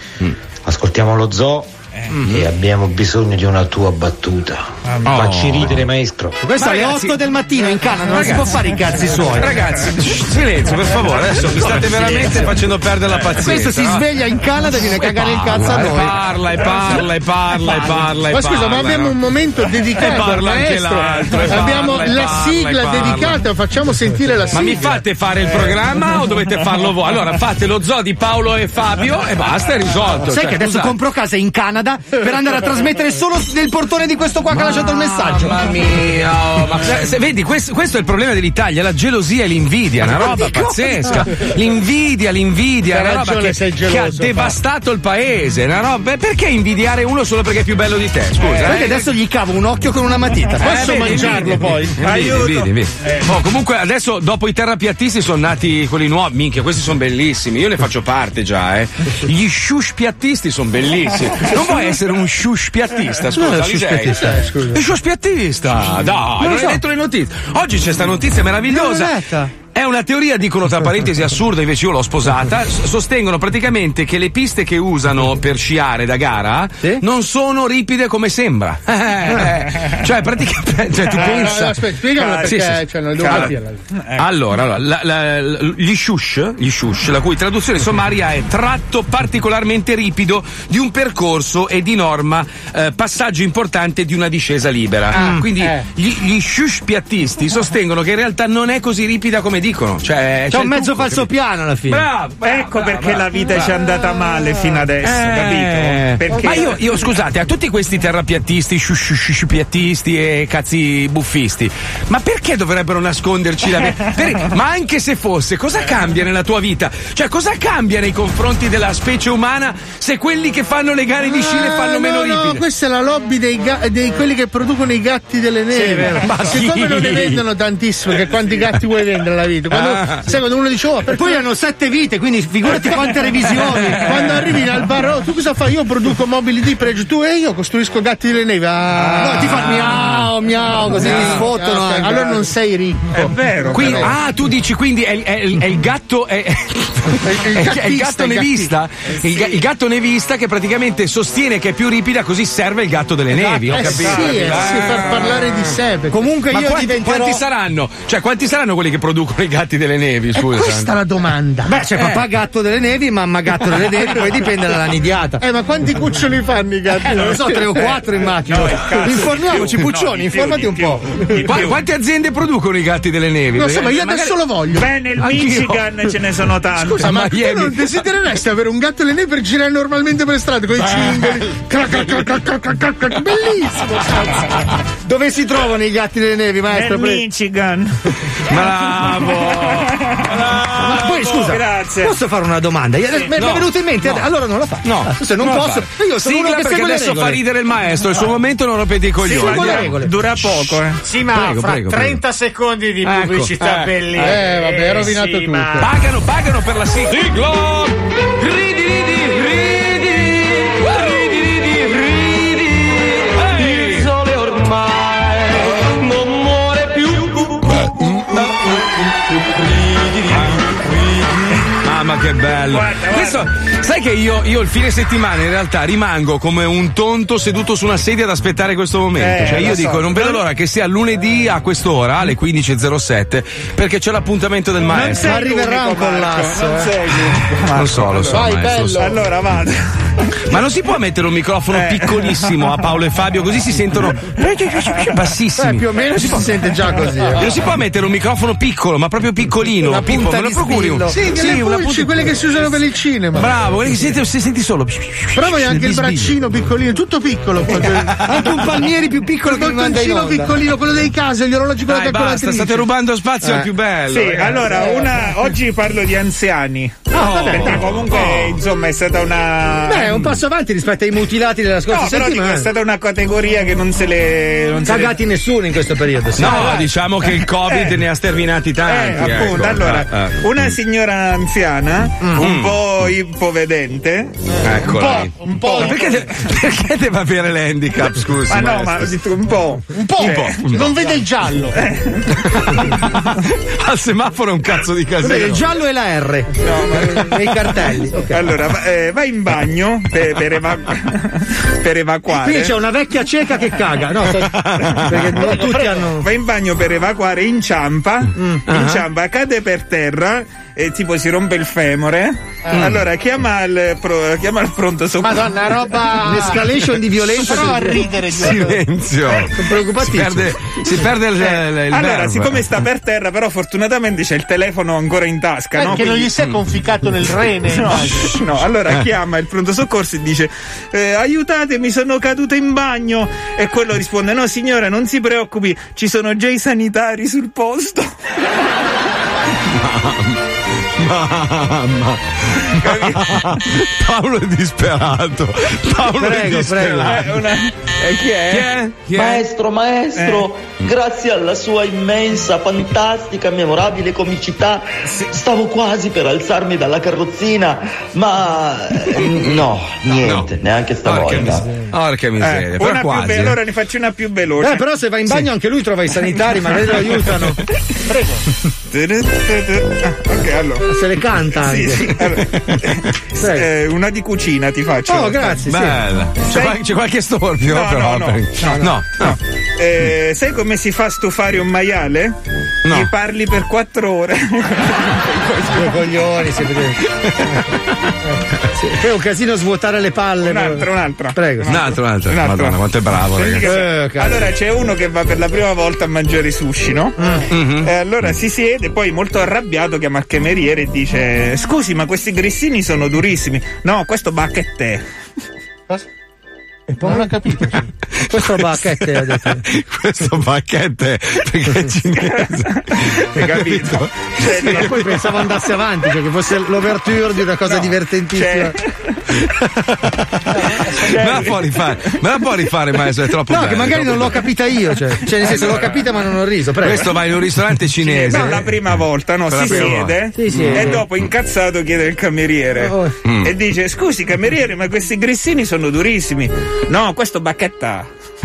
Ascoltiamo lo zoo e abbiamo bisogno di una tua battuta. Facci ridere, maestro. Questo alle ragazzi- otto del mattino in Canada, non si Ragazzi- può fare i cazzi suoi. Ragazzi, shh, silenzio per favore, adesso mi state veramente facendo perdere la pazienza. Questo si no? sveglia in Canada e viene a cagare il cazzo a E noi. parla, e parla, e parla, e parla. e Ma scusa, parla, ma abbiamo no? un momento dedicato E al parla anche maestro. l'altro, e Abbiamo parla, e la parla, sigla e parla. dedicata, facciamo sentire la sigla. Ma mi fate fare il programma o dovete farlo voi? Allora fate lo zoo di Paolo e Fabio e basta, è risolto. Sai Cioè, che adesso scusate. compro casa in Canada per andare a trasmettere solo nel portone di questo qua che ha lasciato il messaggio. Mamma mia, oh, ma se- se- vedi, questo, questo è il problema dell'Italia, la gelosia e l'invidia, una roba pazzesca. L'invidia, l'invidia, C'ha una roba ragione, che, sei che ha geloso, devastato il paese, una roba. Beh, perché invidiare uno solo perché è più bello di te? Scusa, Perché eh? adesso gli cavo un occhio con una matita. Posso vedi, mangiarlo vedi, poi? vedi, Aiuto. vedi, vedi. Oh, comunque adesso dopo i terrapiattisti sono nati quelli nuovi, minchia, questi sono bellissimi, io ne faccio parte già, eh. Gli shush piattisti sono bellissimi. Non vuoi essere un shush piattista, scusa, No, Alisei? shush piattista, scusa. Il shush piattista, dai, Non non lo hai so. letto le notizie. Oggi c'è sta notizia Non l'ho meravigliosa. letta. È una teoria, dicono tra parentesi assurda, invece io l'ho sposata. S- sostengono praticamente che le piste che usano per sciare da gara Sì? non sono ripide come sembra. Eh, eh. Cioè, praticamente, cioè, tu Ah, pensa. no, aspetta, spiegamelo Sì, perché sì. cioè, non devo Allora, capirla. allora, allora, la- la- la- gli shush, gli shush, la cui traduzione sommaria è tratto particolarmente ripido di un percorso e di norma eh, passaggio importante di una discesa libera. Ah, Quindi eh. gli, gli shush piattisti sostengono che in realtà non è così ripida come dicono. Cioè, C'è c'è un il mezzo trucco, falso capito? piano alla fine. Bravo, bravo, Ecco bravo, perché bravo, la vita bravo. ci è andata male fino adesso, Eh, capito? Perché Ma io, io, scusate, a tutti questi terrapiattisti, sciusciusciupiattisti e cazzi buffisti, ma perché dovrebbero nasconderci la verità? Ma anche se fosse, cosa cambia nella tua vita? Cioè, cosa cambia nei confronti della specie umana se quelli che fanno le gare di sci le fanno Ah, meno no, no, ripide? questa è la lobby dei, ga- dei quelli che producono i gatti delle neve. vero. Ma Siccome sì. non ne vendono tantissimo, che quanti gatti vuoi vendere alla vita? Quando, Ah. sai, quando uno dice, oh, E perché poi hanno sette vite, quindi figurati quante revisioni. quando arrivi al bar, oh, tu cosa fai? Io produco mobili di pregio, tu e io costruisco gatti delle neve. Ah, No, ti fa miau, miau, così miau, ti sfottono. ok, anche. allora non sei ricco. è vero. Quindi- però. ah, tu dici quindi è, è- è il gatto. È, è- il è il gattista, gatto il nevista? Il, ga- il gatto nevista che praticamente sostiene che è più ripida, così serve il gatto delle nevi. Ho Eh sì, capito. eh, sì, per parlare di sé. perché- Comunque Ma io quanti, diventerò. quanti saranno? Cioè, quanti saranno quelli che producono i gatti delle nevi? È Scusa. questa la domanda. Beh, c'è papà gatto delle nevi, mamma gatto delle nevi, poi dipende dalla nidiata. Eh, ma quanti cuccioli fanno i gatti? Eh, non lo so, tre o quattro immagino. No, il cazzo, Informiamoci, di più. Puccioni, No, di più, informati di un più. po'. Di Qua- più. quante aziende producono i gatti delle nevi? Non so, ma io Magari- adesso lo voglio. Beh, nel Anch'io. Michigan ce ne sono tanti. Scusa, ma a tu Miami. non desidereresti avere un gatto alle neve per girare normalmente per strada con i cingoli? Clac, clac, clac, clac, clac, clac, clac. Bellissimo, cazzo. Dove si trovano i gatti delle nevi, maestro? Nel Pre- Michigan. Bravo! Ma poi scusa, grazie. posso fare una domanda? Io- mi è No. venuto in mente, No. allora non la faccio. No, se non, non la posso. fare. Io sono Sigla uno che perché segue le adesso fa regole. ridere il maestro, il suo momento non rompete i coglioni. Seguo le Andiamo. regole. Dura poco, eh. Sì, ma Prego, fra prego, trenta secondi di Ecco, pubblicità eh. bellissima. Eh, vabbè, hai rovinato sì, tutto. ma- Pagano, pagano per la sigla. Sigla! Ridi, ridi, ridi! Ridi, ridi, ridi! Il sole ormai non muore più. Mamma che bello! Guarda, Questo, sai che io, io il fine settimana in realtà rimango come un tonto seduto su una sedia ad aspettare questo momento. Eh, cioè io lo dico, so. non vedo l'ora che sia lunedì a quest'ora, alle quindici e zero sette, perché c'è l'appuntamento del Non maestro. sei arriverà l'unico, un Marco, collasso, Non eh. sei l'unico. Lo so, lo so, Vai, maestro, lo so. bello. Allora vado. Ma non si può mettere un microfono Eh. piccolissimo a Paolo e Fabio, così si sentono Eh, bassissimi. più o meno si sente già così. eh. Non si può mettere un microfono piccolo, ma proprio piccolino. Una Pippo, punta me lo di procuri? spillo. Sì, Sì, quelle una pulci, punta- quelle che si usano per il cinema. Bravo, quelli che senti, se senti solo. Però hai anche il braccino piccolino, tutto piccolo. Anche un Palmieri più piccolo che mi manda in onda. Piccolino, quello dei casi, gli orologi con la Dai, basta, state rubando spazio al più bello. Sì, ragazzi. allora, una, oggi parlo di anziani. Oh, perché vabbè. comunque, Oh. insomma, è stata una. Beh, è un passo avanti rispetto ai mutilati della scorsa No, però dico, settimana. è stata una categoria che non se le. Non Cagati se le... nessuno in questo periodo. Sì. No, diciamo che il Covid Eh. ne ha sterminati tanti. Eh, appunto, ecco. allora, Eh, eh. una signora anziana, Mm. un po' ipovedente, Eccola lì. Un po'. Ma perché, de- perché deve avere l'handicap, scusi? ma no, maestro? ma ho detto un po'. Un po', Cioè, non vede il giallo. Al semaforo è un cazzo di casino. Vabbè, il giallo e la R nei cartelli. Ok. Allora, va, eh, vai in bagno per, per, eva- per evacuare. Qui c'è una vecchia cieca che caga. No, sto- perché non tutti hanno. Va in bagno per evacuare, inciampa, inciampa, cade per terra e tipo si rompe il femore. Allora chiama il, pro- chiama il pronto soccorso. Madonna, roba. L'escalation di violenza. Però a ridere. Silenzio. Sono Si preoccupatissimo. perde, si perde il, il, il Allora, verbo. siccome sta per terra, però fortunatamente c'è il telefono ancora in tasca, no? Che non Quindi- gli si è conficcato nel rene. No, no, allora Eh. chiama il pronto soccorso e dice eh, aiutatemi, sono caduta in bagno, e quello risponde no signora, non si preoccupi, ci sono già i sanitari sul posto. Mamma. Paolo è disperato. Paolo è Prego, disperato. Eh, una- eh, chi è? Chi è? Chi è? Maestro, maestro, grazie alla sua immensa, fantastica, memorabile comicità, stavo quasi per alzarmi dalla carrozzina, ma eh, no, niente, neanche Porca stavolta. miseria. Porca miseria. Eh, Però una più quasi. ve- allora ne faccio una più veloce. Eh, però se va in bagno anche lui trova i sanitari, magari lo aiutano. Ah, ok, allora. Se le canta Sì, anche. sì, allora. Eh, una di cucina ti faccio. Oh, grazie, sì. Bella. C'è, Sai- qual- c'è qualche storpio, No, però. no, no. per- No, no. no. Eh, sai come si fa a stufare un maiale? No. Gli parli per quattro ore. Due coglioni, si vede. Sì, poi è un casino svuotare le palle. Un'altra, un'altra. Prego. Un altro, un altro. Un'altra. Madonna, quanto è bravo, Senti ragazzi. che- Eh, cazzo. allora c'è uno che va per la prima volta a mangiare sushi, no? Mhm. E allora si siede, poi molto arrabbiato chiama il cameriere e dice scusi ma questi grissini sono durissimi. No, questo bacchette. E poi non ho capito. Questo bacchette ha detto. Questo bacchette perché è cinese. Hai capito? Cioè, Sì, ma poi pensavo andasse avanti, cioè che fosse l'ouverture di una cosa No, divertentissima. cioè- Me la può rifare, me la può rifare, maestro, è troppo No, bello, che magari troppo non l'ho bello. capita io, cioè, cioè nel senso l'ho capita ma non ho riso. Prego. Questo va in un ristorante cinese. No, la prima volta, no, Per la si prima siede, volta. Si siede. e dopo incazzato chiede il cameriere Oh. Mm. e dice scusi cameriere ma questi grissini sono durissimi. No, questo bacchetta.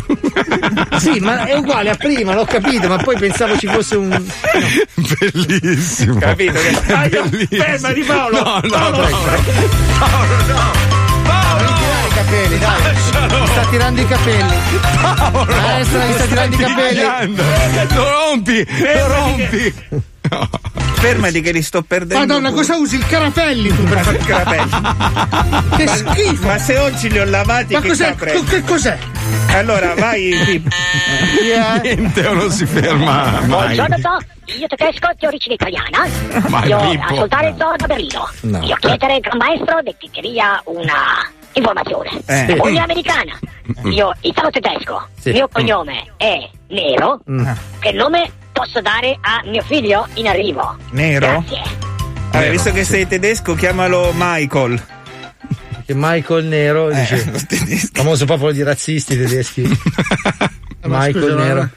Sì, ma è uguale a prima, l'ho capito, ma poi pensavo ci fosse un. Bellissimo. Capito? Che... Aia, Bellissimo. fermati Paolo. No, no, Paolo, no. Paolo, no. Non tirare i capelli, dai. Mi sta tirando i capelli. Maestra, mi sta tirando i capelli. Lo rompi, lo rompi. Fermati che li sto perdendo. Madonna, cosa usi? Il carapelli tu per fare il carapelli? Che Ma- schifo! Ma se oggi li ho lavati, Ma che cos'è? capre? Co- Che cos'è? Allora vai Pip. Niente, non si ferma mai. Buongiorno Zoo, io tedesco di origine italiana. Ma Io Pippo. ascoltare il Zoo da Berlino. No. Io chiedere al gran maestro di chiederia una informazione. Eh. Moglie americana. Io italo tedesco. Sì. Mio cognome è Nero. Che nome posso dare a mio figlio in arrivo? Nero? Grazie. Allora, visto che sei tedesco, chiamalo Michael. Che Michael Nero dice. Famoso popolo di razzisti tedeschi. Michael scusa, no, Nero.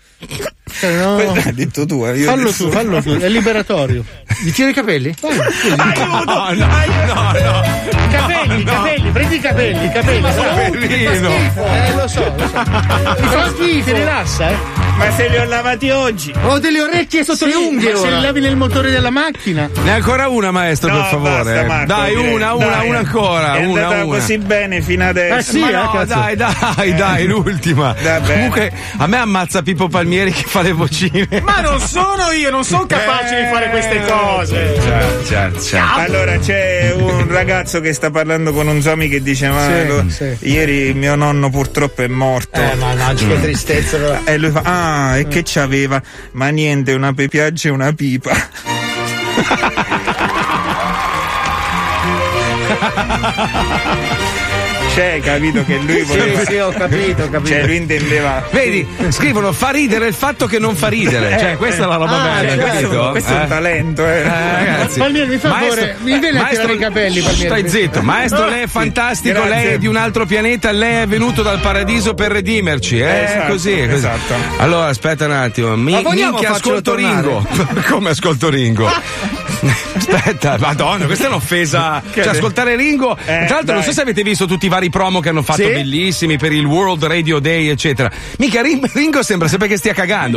No. Questo hai detto tu, eh. Io Fallo adesso- tu, fallo tu, è liberatorio. Gli tiro i capelli? No, no, no, no. Capelli, capelli, prendi i capelli, i capelli. Poverino. Eh, lo so, lo so. Mi fa schifo. Ti rilassa, eh? Ma se li ho lavati oggi. Ho delle orecchie sotto le unghie ma se ora. li lavi nel motore della macchina. Ne hai ancora una, maestro, No, per favore. basta, Marco, dai, direi. una, una, Dai, una ancora. È una, andata una. così bene fino adesso. Eh sì, Ma eh, no, cazzo. dai, dai, dai, l'ultima. Va bene. Comunque, a me ammazza Pippo Palmieri che fa le vocine. Ma non sono io, non sono capace di fare queste cose. Certo, certo, certo. Allora c'è un ragazzo che sta parlando con un zombie che dice ma Sì, lo- sì. ieri mio nonno purtroppo è morto. Eh, mannaggia, che tristezza. però. E lui fa ah e che c'aveva? Ma niente, una pepiaggia e una pipa. Cioè, capito che lui voleva. Sì, sì, ho capito, ho capito. Cioè, lui intendeva. Vedi, scrivono fa ridere il fatto che non fa ridere. Cioè, questa è la roba Ah, bella, questo, capito? questo è un Eh? talento, eh. Eh, ragazzi. Palmieri, mi fa Maestro- favore, mi viene a tirare i capelli, Palmieri. Stai zitto, maestro, lei è fantastico, Grazie. lei è di un altro pianeta, lei è venuto dal paradiso per redimerci, eh? Esatto, così, così. esatto. Allora, aspetta un attimo. Mi, Ma vogliamo minchia, farcelo ascolto tornare? Ringo. Come ascolto Ringo? Aspetta, madonna, questa è un'offesa. Che- Cioè, ascoltare Ringo. Eh, Tra l'altro, non so dai. se avete visto tutti i vari promo che hanno fatto, Sì? bellissimi per il World Radio Day, eccetera. Mica Rin- Ringo sembra sempre che stia cagando.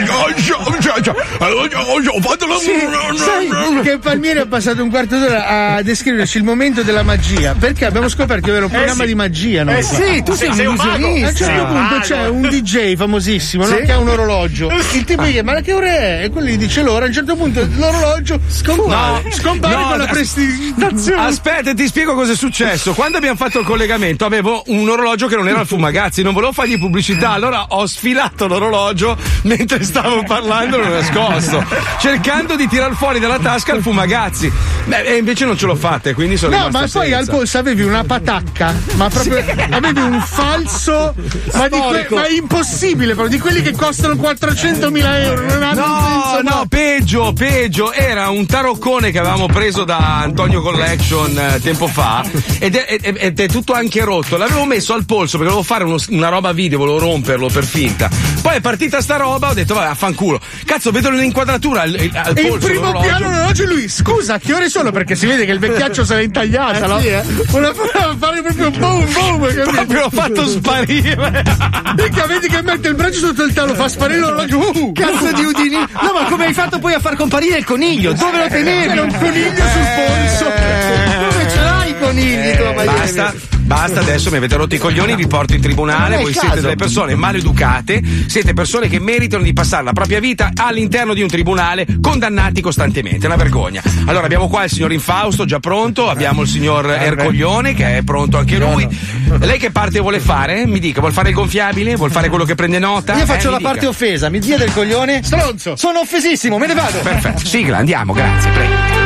Ho fatto la. Sì, sai che Palmieri ha passato un quarto d'ora a descriverci il momento della magia, perché abbiamo scoperto di avere un programma sì. di magia, no? Eh sì, tu sei un A un illusionista. certo punto c'è un D J famosissimo, no? Sì? Che ha un orologio. Il tipo gli dice: ma che ora è? E quello gli dice l'ora. A un certo punto l'orologio scompare, scompare no, con la as- prestazione. Aspetta, ti spiego cosa è successo. Quando abbiamo fatto il collegamento avevo un orologio che non era il Fumagazzi, non volevo fargli pubblicità, allora ho sfilato l'orologio mentre stavo parlando, l'ho nascosto, cercando di tirar fuori dalla tasca il Fumagazzi. Beh, e invece non ce l'ho fatta, e quindi sono No, rimasto ma poi senza. al polso avevi una patacca, ma proprio avevi un falso, ma, di que- ma impossibile, proprio di quelli che costano quattrocentomila euro. Non hanno No, senso, no, peggio, peggio. Era un taroccone che avevamo preso da Antonio Collection eh, tempo fa ed è, ed- ed è tutto anche rotto. L'avevo messo al polso perché volevo fare uno- una roba video, volevo romperlo per finta. Poi è partita sta roba, ho detto vabbè, affanculo. Cazzo, vedo l'inquadratura al, al E in polso. primo l'orologio. piano l'orologio lui, scusa, che ore sono? Perché si vede che il vecchiaccio se l'è intagliata, no? sì, eh. Voleva fare proprio boom boom, capito? Proprio l'ho fatto sparire. Mica vedi che mette il braccio sotto il tavolo, fa sparire l'orologio. Uh, Cazzo di udini. No, ma come hai fatto poi a far comparire il coniglio? Dove lo tenevi? C'era un coniglio sul polso. Dove ce l'hai i conigli tu a Miami? Basta, basta, adesso mi avete rotto i coglioni, vi porto in tribunale, Non è voi il siete caso. delle persone maleducate, siete persone che meritano di passare la propria vita all'interno di un tribunale, condannati costantemente, è una vergogna. Allora abbiamo qua il signor Infausto già pronto, abbiamo il signor Ercoglione che è pronto anche lui. Lei che parte vuole fare? Mi dica, vuol fare il gonfiabile? Vuol fare quello che prende nota? Io faccio Eh, la mi parte dica. offesa, mi dia del coglione. Stronzo. Sono offesissimo, me ne vado. Perfetto, sigla, andiamo, grazie, prego.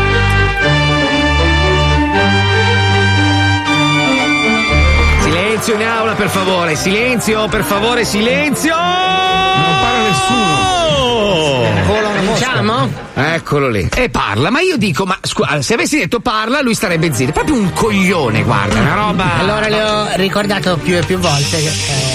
Silenzio in aula, per favore. Silenzio, per favore, silenzio. Non parla nessuno. Diciamo? Eccolo lì. E parla, ma io dico, ma scusa, se avessi detto parla, lui starebbe zitto. È proprio un coglione, guarda, una roba. Allora le ho ricordato più e più volte che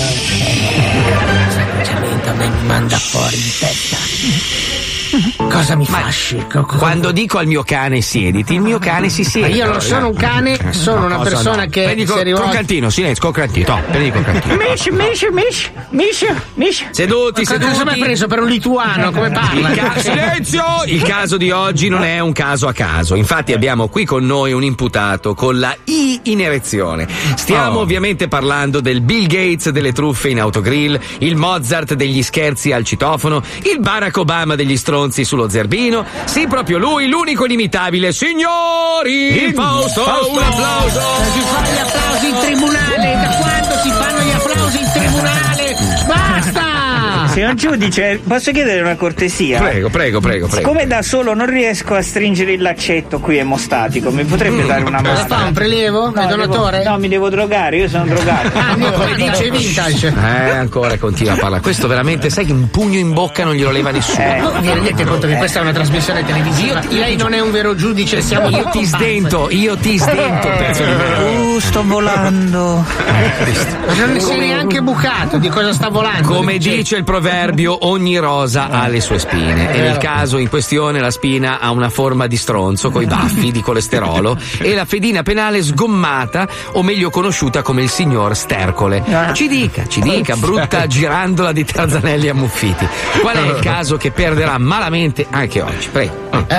eh, questo atteggiamento a me mi manda fuori di testa. Cosa mi fasci? Co- co- Quando dico al mio cane siediti, il mio cane si siede. Ma io non sono un cane, sono una cosa persona no? che Prendi si col, rivolge- croccantino, silenzio, croccantino. No, prendi croccantino. Mish, mish, mish, mish, mish. Seduti, Ma seduti. cosa mi hai preso per un lituano? Come parla? Il ca- silenzio! Il caso di oggi non è un caso a caso. Infatti abbiamo qui con noi un imputato con la I in erezione. Stiamo Oh. ovviamente parlando del Bill Gates delle truffe in autogrill, il Mozart degli scherzi al citofono, il Barack Obama degli stronzi sullo zerbino. Sì, proprio lui, l'unico inimitabile. Signori! Il Fausto! Un applauso! Si fanno gli applausi in tribunale? Da quando si fanno gli applausi in tribunale? Basta! Signor giudice, posso chiedere una cortesia? Prego, prego, prego, prego. Siccome da solo non riesco a stringere il laccetto qui emostatico, mi potrebbe dare una Cosa mano? fa, un prelievo? No, È donatore? devo- no, mi devo drogare, io sono drogato. Ah, no, come dice vintage. Eh, ancora continua a parlare. Questo veramente, sai che un pugno in bocca non glielo leva nessuno. Vi rendete conto che questa è una trasmissione televisiva? Lei non è un vero giudice, siamo Io ti sdento, io ti sdento, pezzo di merda. Uh, sto volando. Ma non ne sei neanche bucato di cosa sta volando. Come dice il proverbio, ogni rosa ha le sue spine. E nel caso in questione la spina ha una forma di stronzo coi baffi di colesterolo e la fedina penale sgommata, o meglio conosciuta come il signor Stercole. Ci dica, ci dica, brutta girandola di Tarzanelli ammuffiti. Qual è il caso che perderà malamente anche oggi? Prego.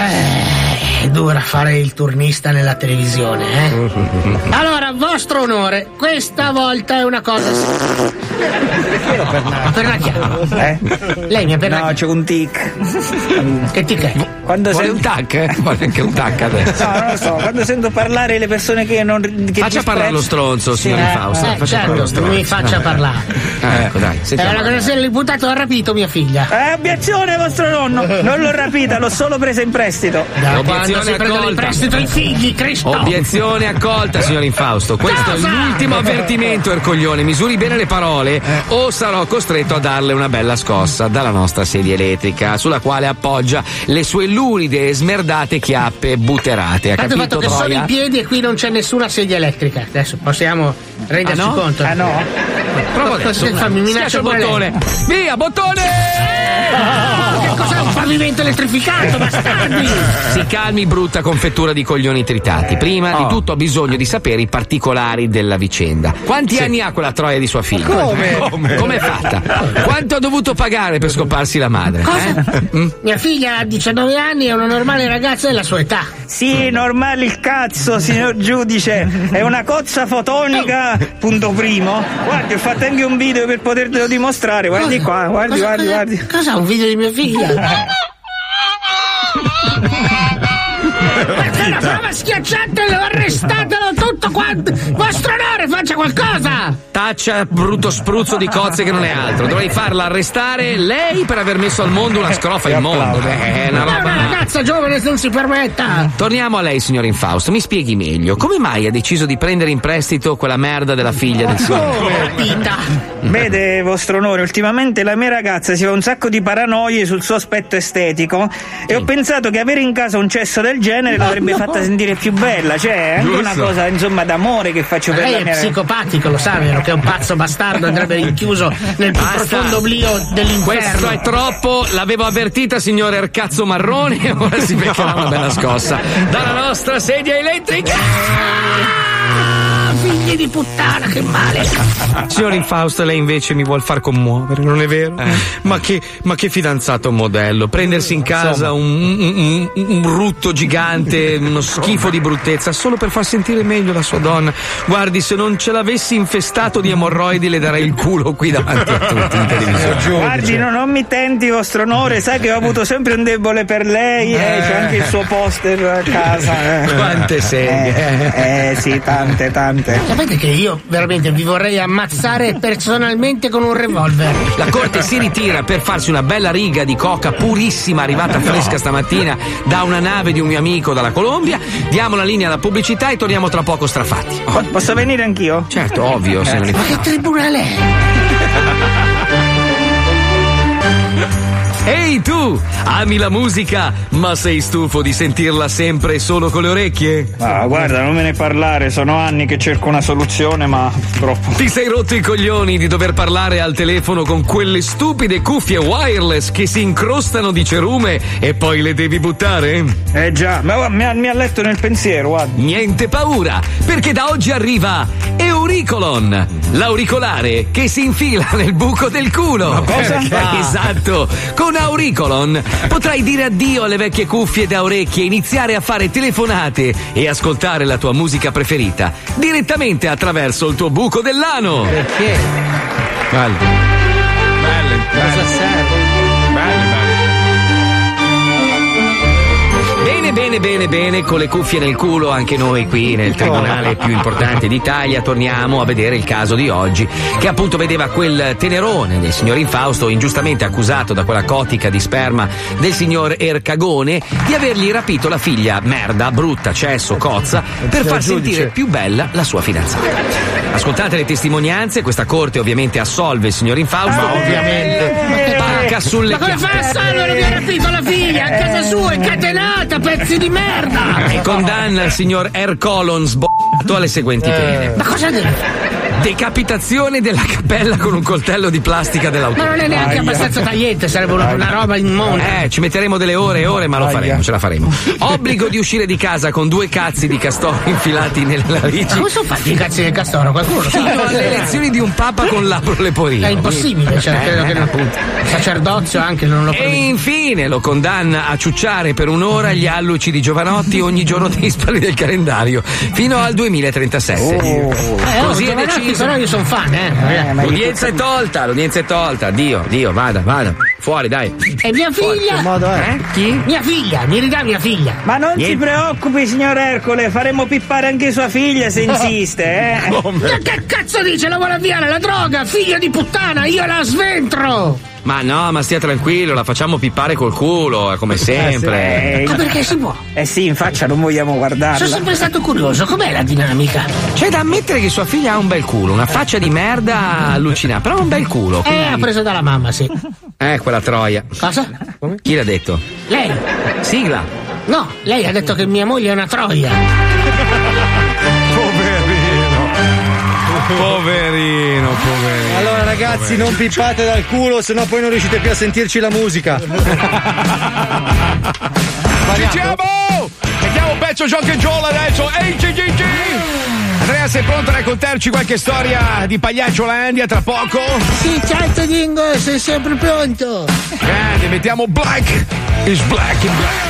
Eh, è dura fare il turnista nella televisione, eh? Allora, vostro onore, questa volta è una cosa. Perché l'ho pernato? Pernacchiato. Eh? Lei mi ha pernacchiato. No, c'è un tic. Che tic è? Quando Vuole sento- un tac? Eh? Vuole anche un tac adesso. No, non lo so, quando sento parlare le persone che non. Che Faccia parlare lo stronzo, signor Eh, Fausto. eh, Faccia parlare lo certo, stronzo. mi faccia Eh. parlare. Eh, ecco, dai, È sentiamo. una cosa seria, l'imputato ha rapito mia figlia. Eh, obiezione, vostro nonno! Non l'ho rapita, l'ho solo presa in prestito. Da Obiezione si prendono in accolta. prestito i figli, Cristo! Obiezione accolta, signor Infausto. Questo Cosa? è l'ultimo avvertimento, Ercoglione. Misuri bene le parole o sarò costretto a darle una bella scossa dalla nostra sedia elettrica, sulla quale appoggia le sue luride e smerdate chiappe butterate. Ha Tanto il capito, fatto che sono Troia? in piedi e qui non c'è nessuna sedia elettrica. Adesso possiamo renderci Ah, no? conto. Ah, no? Prova adesso. Fammi minaccia Schiaccia il pure lei. bottone. Via, bottone! Oh, che cos'è un pavimento elettrificato, bastardi? Si calmi, brutta confettura di coglioni tritati. Prima di tutto ho bisogno di sapere i particolari della vicenda. Quanti Sì. anni ha quella troia di sua figlia? Come? Come? Com'è fatta? Quanto ha dovuto pagare per scoparsi la madre? Cosa? Eh? Mia figlia ha diciannove anni, è una normale ragazza della sua età. Sì, normale il cazzo, signor giudice. È una cozza fotonica, punto primo. Guardi, ho fatto anche un video per potertelo dimostrare. Guardi qua, guardi, Cosa- guardi, cosa- guardi. Cosa? Un video di mia figlia? Perché la prova schiacciatelo, arrestatelo tutto quanto! Vostro onore, faccia qualcosa! Taccia, brutto spruzzo di cozze che non è altro. Dovrei farla arrestare lei per aver messo al mondo una scrofa immonda. Eh, È una Ma roba. una ragazza giovane non si permetta! Torniamo a lei, signor Infausto. Mi spieghi meglio. Come mai ha deciso di prendere in prestito quella merda della figlia del signore? Vede, vostro onore, ultimamente la mia ragazza si fa un sacco di paranoie sul suo aspetto estetico e ho pensato che avere in casa un cesso del genere l'avrebbe fatta sentire più bella. Cioè, è anche una Giusto. cosa, insomma, d'amore che faccio Ma per lei la è mia psicopatico, lo sa, vero? Che è un pazzo bastardo, andrebbe rinchiuso nel più Basta. profondo oblio dell'inferno. Questo è troppo, l'avevo avvertita, signor Ercazzo Marrone, e ora si beccherà una bella scossa dalla nostra sedia elettrica. Ah, figli di puttana, che male! Signor Infausto, lei invece mi vuol far commuovere, non è vero? Ma, che, ma che fidanzato modello, prendersi in casa un, un- un- un rutto gigante, uno schifo di bruttezza, solo per far sentire meglio la sua donna. Guardi, se non ce l'avessi infestato di emorroidi le darei il culo qui davanti a tutti in televisione. Guardi, no, non mi tenti, vostro onore, sa che ho avuto sempre un debole per lei, eh, c'è anche il suo poster a casa. eh. Quante seghe. Eh, eh, sì, tante, tante. Sapete che io veramente vi vorrei ammazzare personalmente con un revolver. La corte si ritira per farsi una bella riga di coca purissima arrivata fresca stamattina da una nave di un mio amico dalla Colombia. Diamo la linea alla pubblicità e torniamo tra poco strafatti. Po- Posso venire anch'io? Certo, ovvio, se non Ma che tribunale è? Ehi tu, ami la musica, ma sei stufo di sentirla sempre solo con le orecchie? Ah, guarda, non me ne parlare, sono anni che cerco una soluzione, ma troppo. Ti sei rotto i coglioni di dover parlare al telefono con quelle stupide cuffie wireless che si incrostano di cerume e poi le devi buttare? Eh già, ma guarda, mi ha, mi ha letto nel pensiero, guarda. Niente paura, perché da oggi arriva Euricolon, l'auricolare che si infila nel buco del culo. Ma cosa? Perché? Esatto, con Auricolon potrai dire addio alle vecchie cuffie da orecchie e iniziare a fare telefonate e ascoltare la tua musica preferita direttamente attraverso il tuo buco dell'ano. Perché? Bello. Bello. Cosa serve? Bello, bello. Bene, bene, bene, bene, con le cuffie nel culo anche noi qui nel tribunale più importante d'Italia torniamo a vedere il caso di oggi, che appunto vedeva quel tenerone del signor Infausto ingiustamente accusato da quella cotica di sperma del signor Ercagone di avergli rapito la figlia merda, brutta, cesso, cozza, per far sentire più bella la sua fidanzata. Ascoltate le testimonianze, questa corte ovviamente assolve il signor Infausto. Ma ovviamente. Pacca sulle Ma come fa a chiappe. salvare? Mi ha rapito la figlia a casa sua, incatenata, pezzi di merda! E condanna il signor Ercolon sbotto alle seguenti pene. Ma cosa deve? Decapitazione della cappella con un coltello di plastica Ma dell'autore. non è neanche abbastanza tagliente, sarebbe una, una roba immonda. Eh, ci metteremo delle ore e ore, ma lo faremo, ce la faremo. Obbligo di uscire di casa con due cazzi di castoro infilati nelle narici. Ma come sono fatti i cazzi del castoro? Qualcuno sa? Fino alle elezioni di un papa con l'abro leporino. È impossibile, cioè, Eh, credo che non, il sacerdozio anche non lo E infine lo condanna a ciucciare per un'ora gli alluci di Giovanotti ogni giorno dispari del calendario fino al duemilatrentasette. Eh, Così oh, è Giovanotti, deciso. però io sono fan, eh. L'udienza è tolta, l'udienza è tolta. Dio, Dio, vada, vada. Fuori, dai. E mia figlia? Eh? Chi? Mia figlia, mi ridà mia figlia. Ma non si Niente. preoccupi, signor Ercole, faremo pippare anche sua figlia se insiste, eh. Ma che cazzo dice? La vuole avviare la droga, figlio di puttana, io la sventro! Ma no, ma stia tranquillo, la facciamo pippare col culo, come sempre. Eh, Ma perché si può? Eh sì, in faccia non vogliamo guardarla. Sono sempre stato curioso, com'è la dinamica? C'è da ammettere che sua figlia ha un bel culo, una faccia di merda allucinante, però un bel culo. Eh, quindi- ha preso dalla mamma, sì. Eh, quella troia. Cosa? Chi l'ha detto? Lei? Sigla. No, lei ha detto che mia moglie è una troia. Poverino. Poverino, poverino. Allora ragazzi, non pippate dal culo, sennò poi non riuscite più a sentirci la musica. Ci siamo! Mettiamo un pezzo Gioca e Joel adesso. Ehi, G G G! Andrea, sei pronto a raccontarci qualche storia di Pagliacciolandia tra poco? Sì, certo Dingo, sei sempre pronto. Grande, mettiamo Black is Black in Black.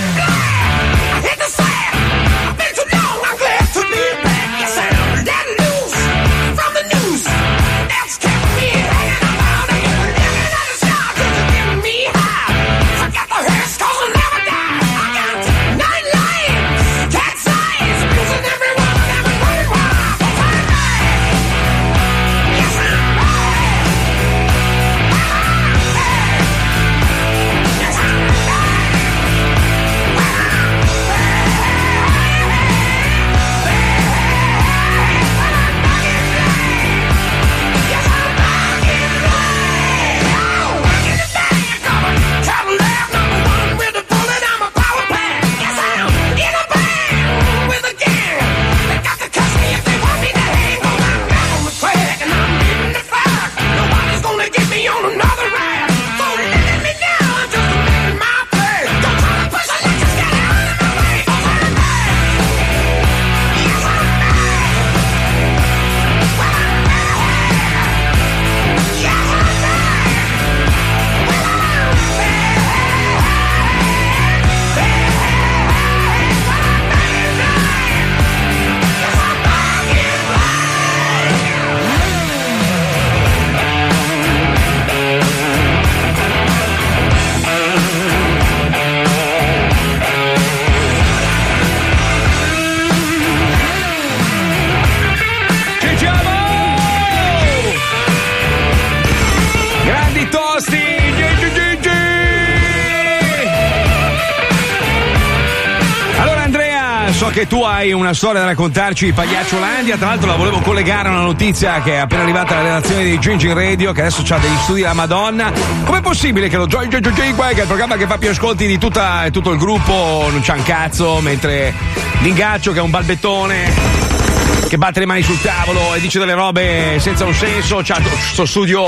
Che tu hai una storia da raccontarci di Pagliacciolandia, tra l'altro la volevo collegare a una notizia che è appena arrivata alla redazione di Gingin Radio, che adesso c'ha degli studi della Madonna. Com'è possibile che lo Joy Joy Joy, che è il programma che fa più ascolti di tutta, tutto il gruppo, non c'ha un cazzo, mentre Lingaccio, che è un balbettone che batte le mani sul tavolo e dice delle robe senza un senso, c'ha questo studio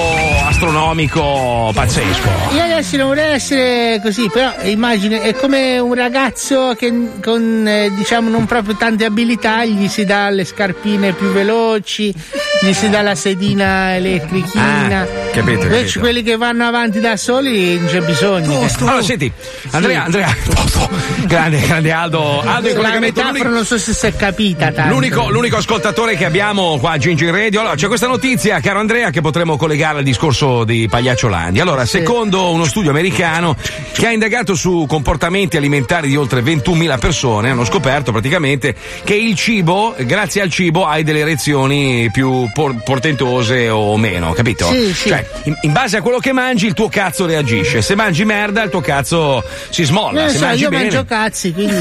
astronomico pazzesco. Io adesso non vorrei essere così, però immagini, è come un ragazzo che con eh, diciamo non proprio tante abilità gli si dà le scarpine più veloci, gli si dà la sedina elettrichina. Ah, capito, Invece capito. quelli che vanno avanti da soli non c'è bisogno. Allora senti, Andrea, Sì. Andrea, grande, grande Aldo, Aldo in la collegamento. metafora non so se si è capita tanto. L'unico, l'unico ascoltatore che abbiamo qua a Gingin Radio. Allora, c'è questa notizia, caro Andrea, che potremmo collegare al discorso di Pagliacciolandia. Allora, secondo uno studio americano che ha indagato su comportamenti alimentari di oltre ventunomila persone, hanno scoperto praticamente che il cibo, grazie al cibo, hai delle erezioni più por- portentose o meno, capito? Sì, sì. Cioè, in, in base a quello che mangi, il tuo cazzo reagisce. Se mangi merda, il tuo cazzo si smolla. Non lo Se so, mangi io bene... mangio cazzi, quindi.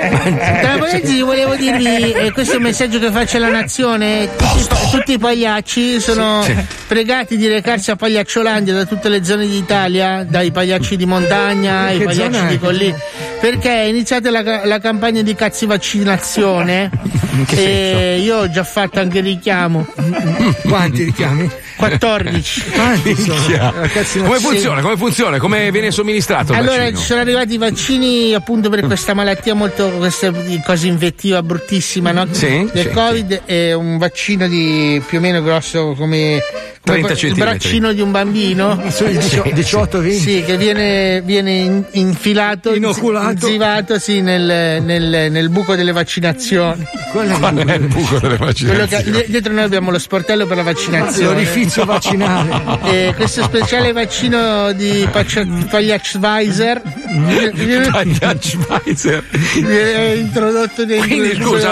Tra parentesi, volevo dirvi, e questo è un messaggio che faccio alla nazione: tutti, tutti i pagliacci sono Sì. pregati di recarsi a Pagliacciolandia da tutte le zone d'Italia, dai pagliacci di montagna ai Che pagliacci zona è? di collina, perché è iniziata la, la campagna di cazzi vaccinazione. E io ho già fatto anche il richiamo. Quanti richiami? quattordici. Minchia. Come funziona? Come funziona? Come viene somministrato il Allora vaccino? ci sono arrivati i vaccini appunto per questa malattia molto, questa cosa invettiva bruttissima, no? Sì, del sì, Covid. È un vaccino di più o meno grosso come, come trenta il centimetri. braccino di un bambino. diciotto venti Sì, che viene, viene in- infilato, Inoculato. inzivato sì, nel, nel, nel buco delle vaccinazioni. Qual è il buco delle Quello che, vaccinazioni? di- dietro noi abbiamo lo sportello per la vaccinazione. L'orifizio vaccinale. E questo speciale vaccino di Pagliacciolandia Pagliacciolandia. viene introdotto dentro Quindi il scusa,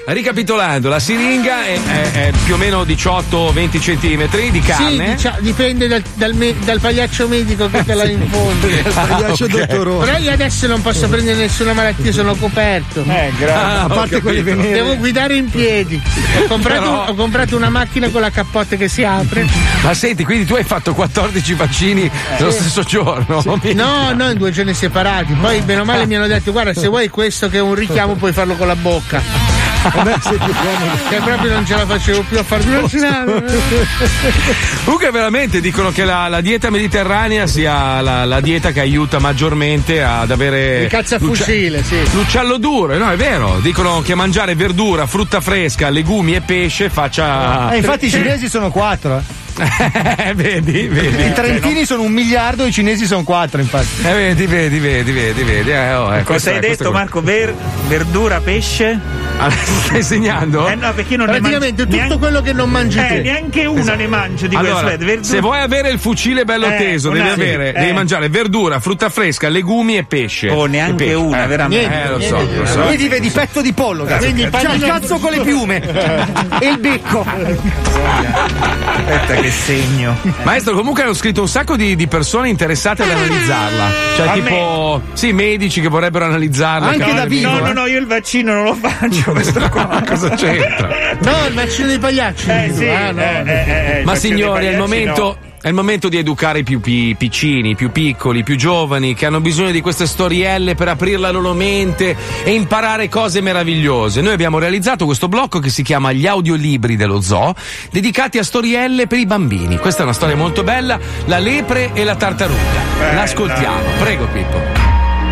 ricapitolando, la siringa è, è, è più o meno diciotto venti centimetri di carne. Sì, dicia- dipende dal, dal, me- dal pagliaccio medico che te la infonde. Ah, pagliaccio okay. dottoroso. Però io adesso non posso prendere nessuna malattia, sono coperto. Eh, grazie. Ah, a parte quelle venere. Devo guidare in piedi. Ho comprato, Però... ho comprato una macchina con la cappotta che si apre. Ma senti, quindi tu hai fatto quattordici vaccini eh. nello stesso giorno? Sì. No, no, in due giorni separati. Poi, bene o male, mi hanno detto: guarda, se vuoi questo che è un richiamo, puoi farlo con la bocca. Che proprio non ce la facevo più a farmi vaccinare. Comunque veramente dicono che la, la dieta mediterranea sia la, la dieta che aiuta maggiormente ad avere il cazzafucile, sì. L'uccello duro, no, è vero. Dicono che mangiare verdura, frutta fresca, legumi e pesce faccia. Eh, infatti i cinesi sono quattro. Eh. Eh, vedi, vedi. I trentini sono un miliardo, i cinesi sono quattro, infatti. Eh, vedi, vedi, vedi, vedi, vedi. Eh, oh, eh, cosa hai è, detto, Marco? Ver- verdura, pesce? Ah, stai insegnando? Eh no, perché non praticamente ne tutto neanche... quello che non mangi eh, te. Neanche una esatto. ne mangio di allora, queste verdure. Se vuoi avere il fucile bello eh, teso, devi, avere, eh. devi mangiare verdura, frutta fresca, legumi e pesce. Oh, neanche pesce. una, eh, veramente. Eh, lo so, lo so. Quindi vedi petto di pollo, cazzo. Quindi c'ha il cazzo con le piume e il becco. Aspetta che segno. Maestro, comunque hanno scritto un sacco di, di persone interessate ad analizzarla. Cioè, A tipo, me. sì, medici che vorrebbero analizzarla. Anche da vivo. No, no, no, io il vaccino non lo faccio. Questo qua. Cosa c'entra? No, il vaccino dei pagliacci. Eh, sì, ah, no. eh, eh, eh, Ma signori, è il momento. No. È il momento di educare i più pi- piccini, i più piccoli, i più giovani che hanno bisogno di queste storielle per aprire la loro mente e imparare cose meravigliose. Noi abbiamo realizzato questo blocco che si chiama Gli audiolibri dello zoo, dedicati a storielle per i bambini. Questa è una storia molto bella, La lepre e la tartaruga. Bella. L'ascoltiamo. Prego, Pippo.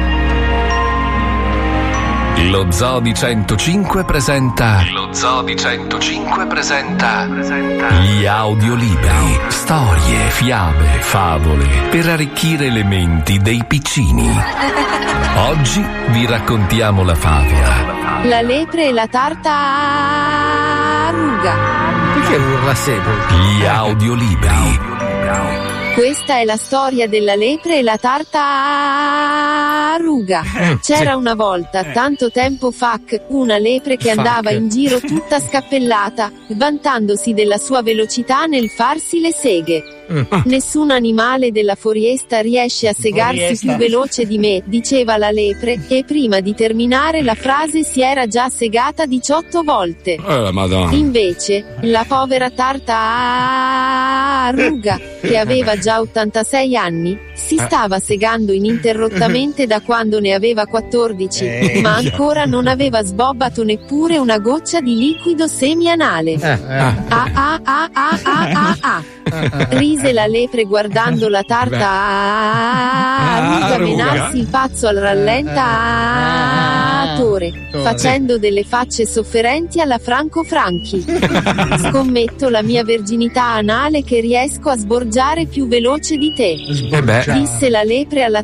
Lo Zoo di centocinque presenta Lo Zoo di centocinque presenta Gli audiolibri, storie, fiabe, favole per arricchire le menti dei piccini. Oggi vi raccontiamo la favola La lepre e la tartaruga. Perché urla sempre? Gli audiolibri. Questa è la storia della lepre e la tartaruga. C'era una volta, tanto tempo fa, una lepre che andava in giro tutta scappellata, vantandosi della sua velocità nel farsi le seghe. Nessun animale della foresta riesce a segarsi Foresta. più veloce di me, diceva la lepre, e prima di terminare la frase si era già segata diciotto volte. Eh, Madonna. Invece, la povera tartaruga, che aveva già ottantasei anni, si stava segando ininterrottamente da quando ne aveva quattordici, Eh, ma già. ancora non aveva sbobbato neppure una goccia di liquido semianale. Ah ah ah ah ah ah ah. Rise la lepre guardando la tartaruga menarsi il pazzo al rallentatore, facendo delle facce sofferenti alla Franco Franchi. Scommetto la mia verginità anale che riesco a sborgiare più veloce di te, Eh beh. disse la lepre alla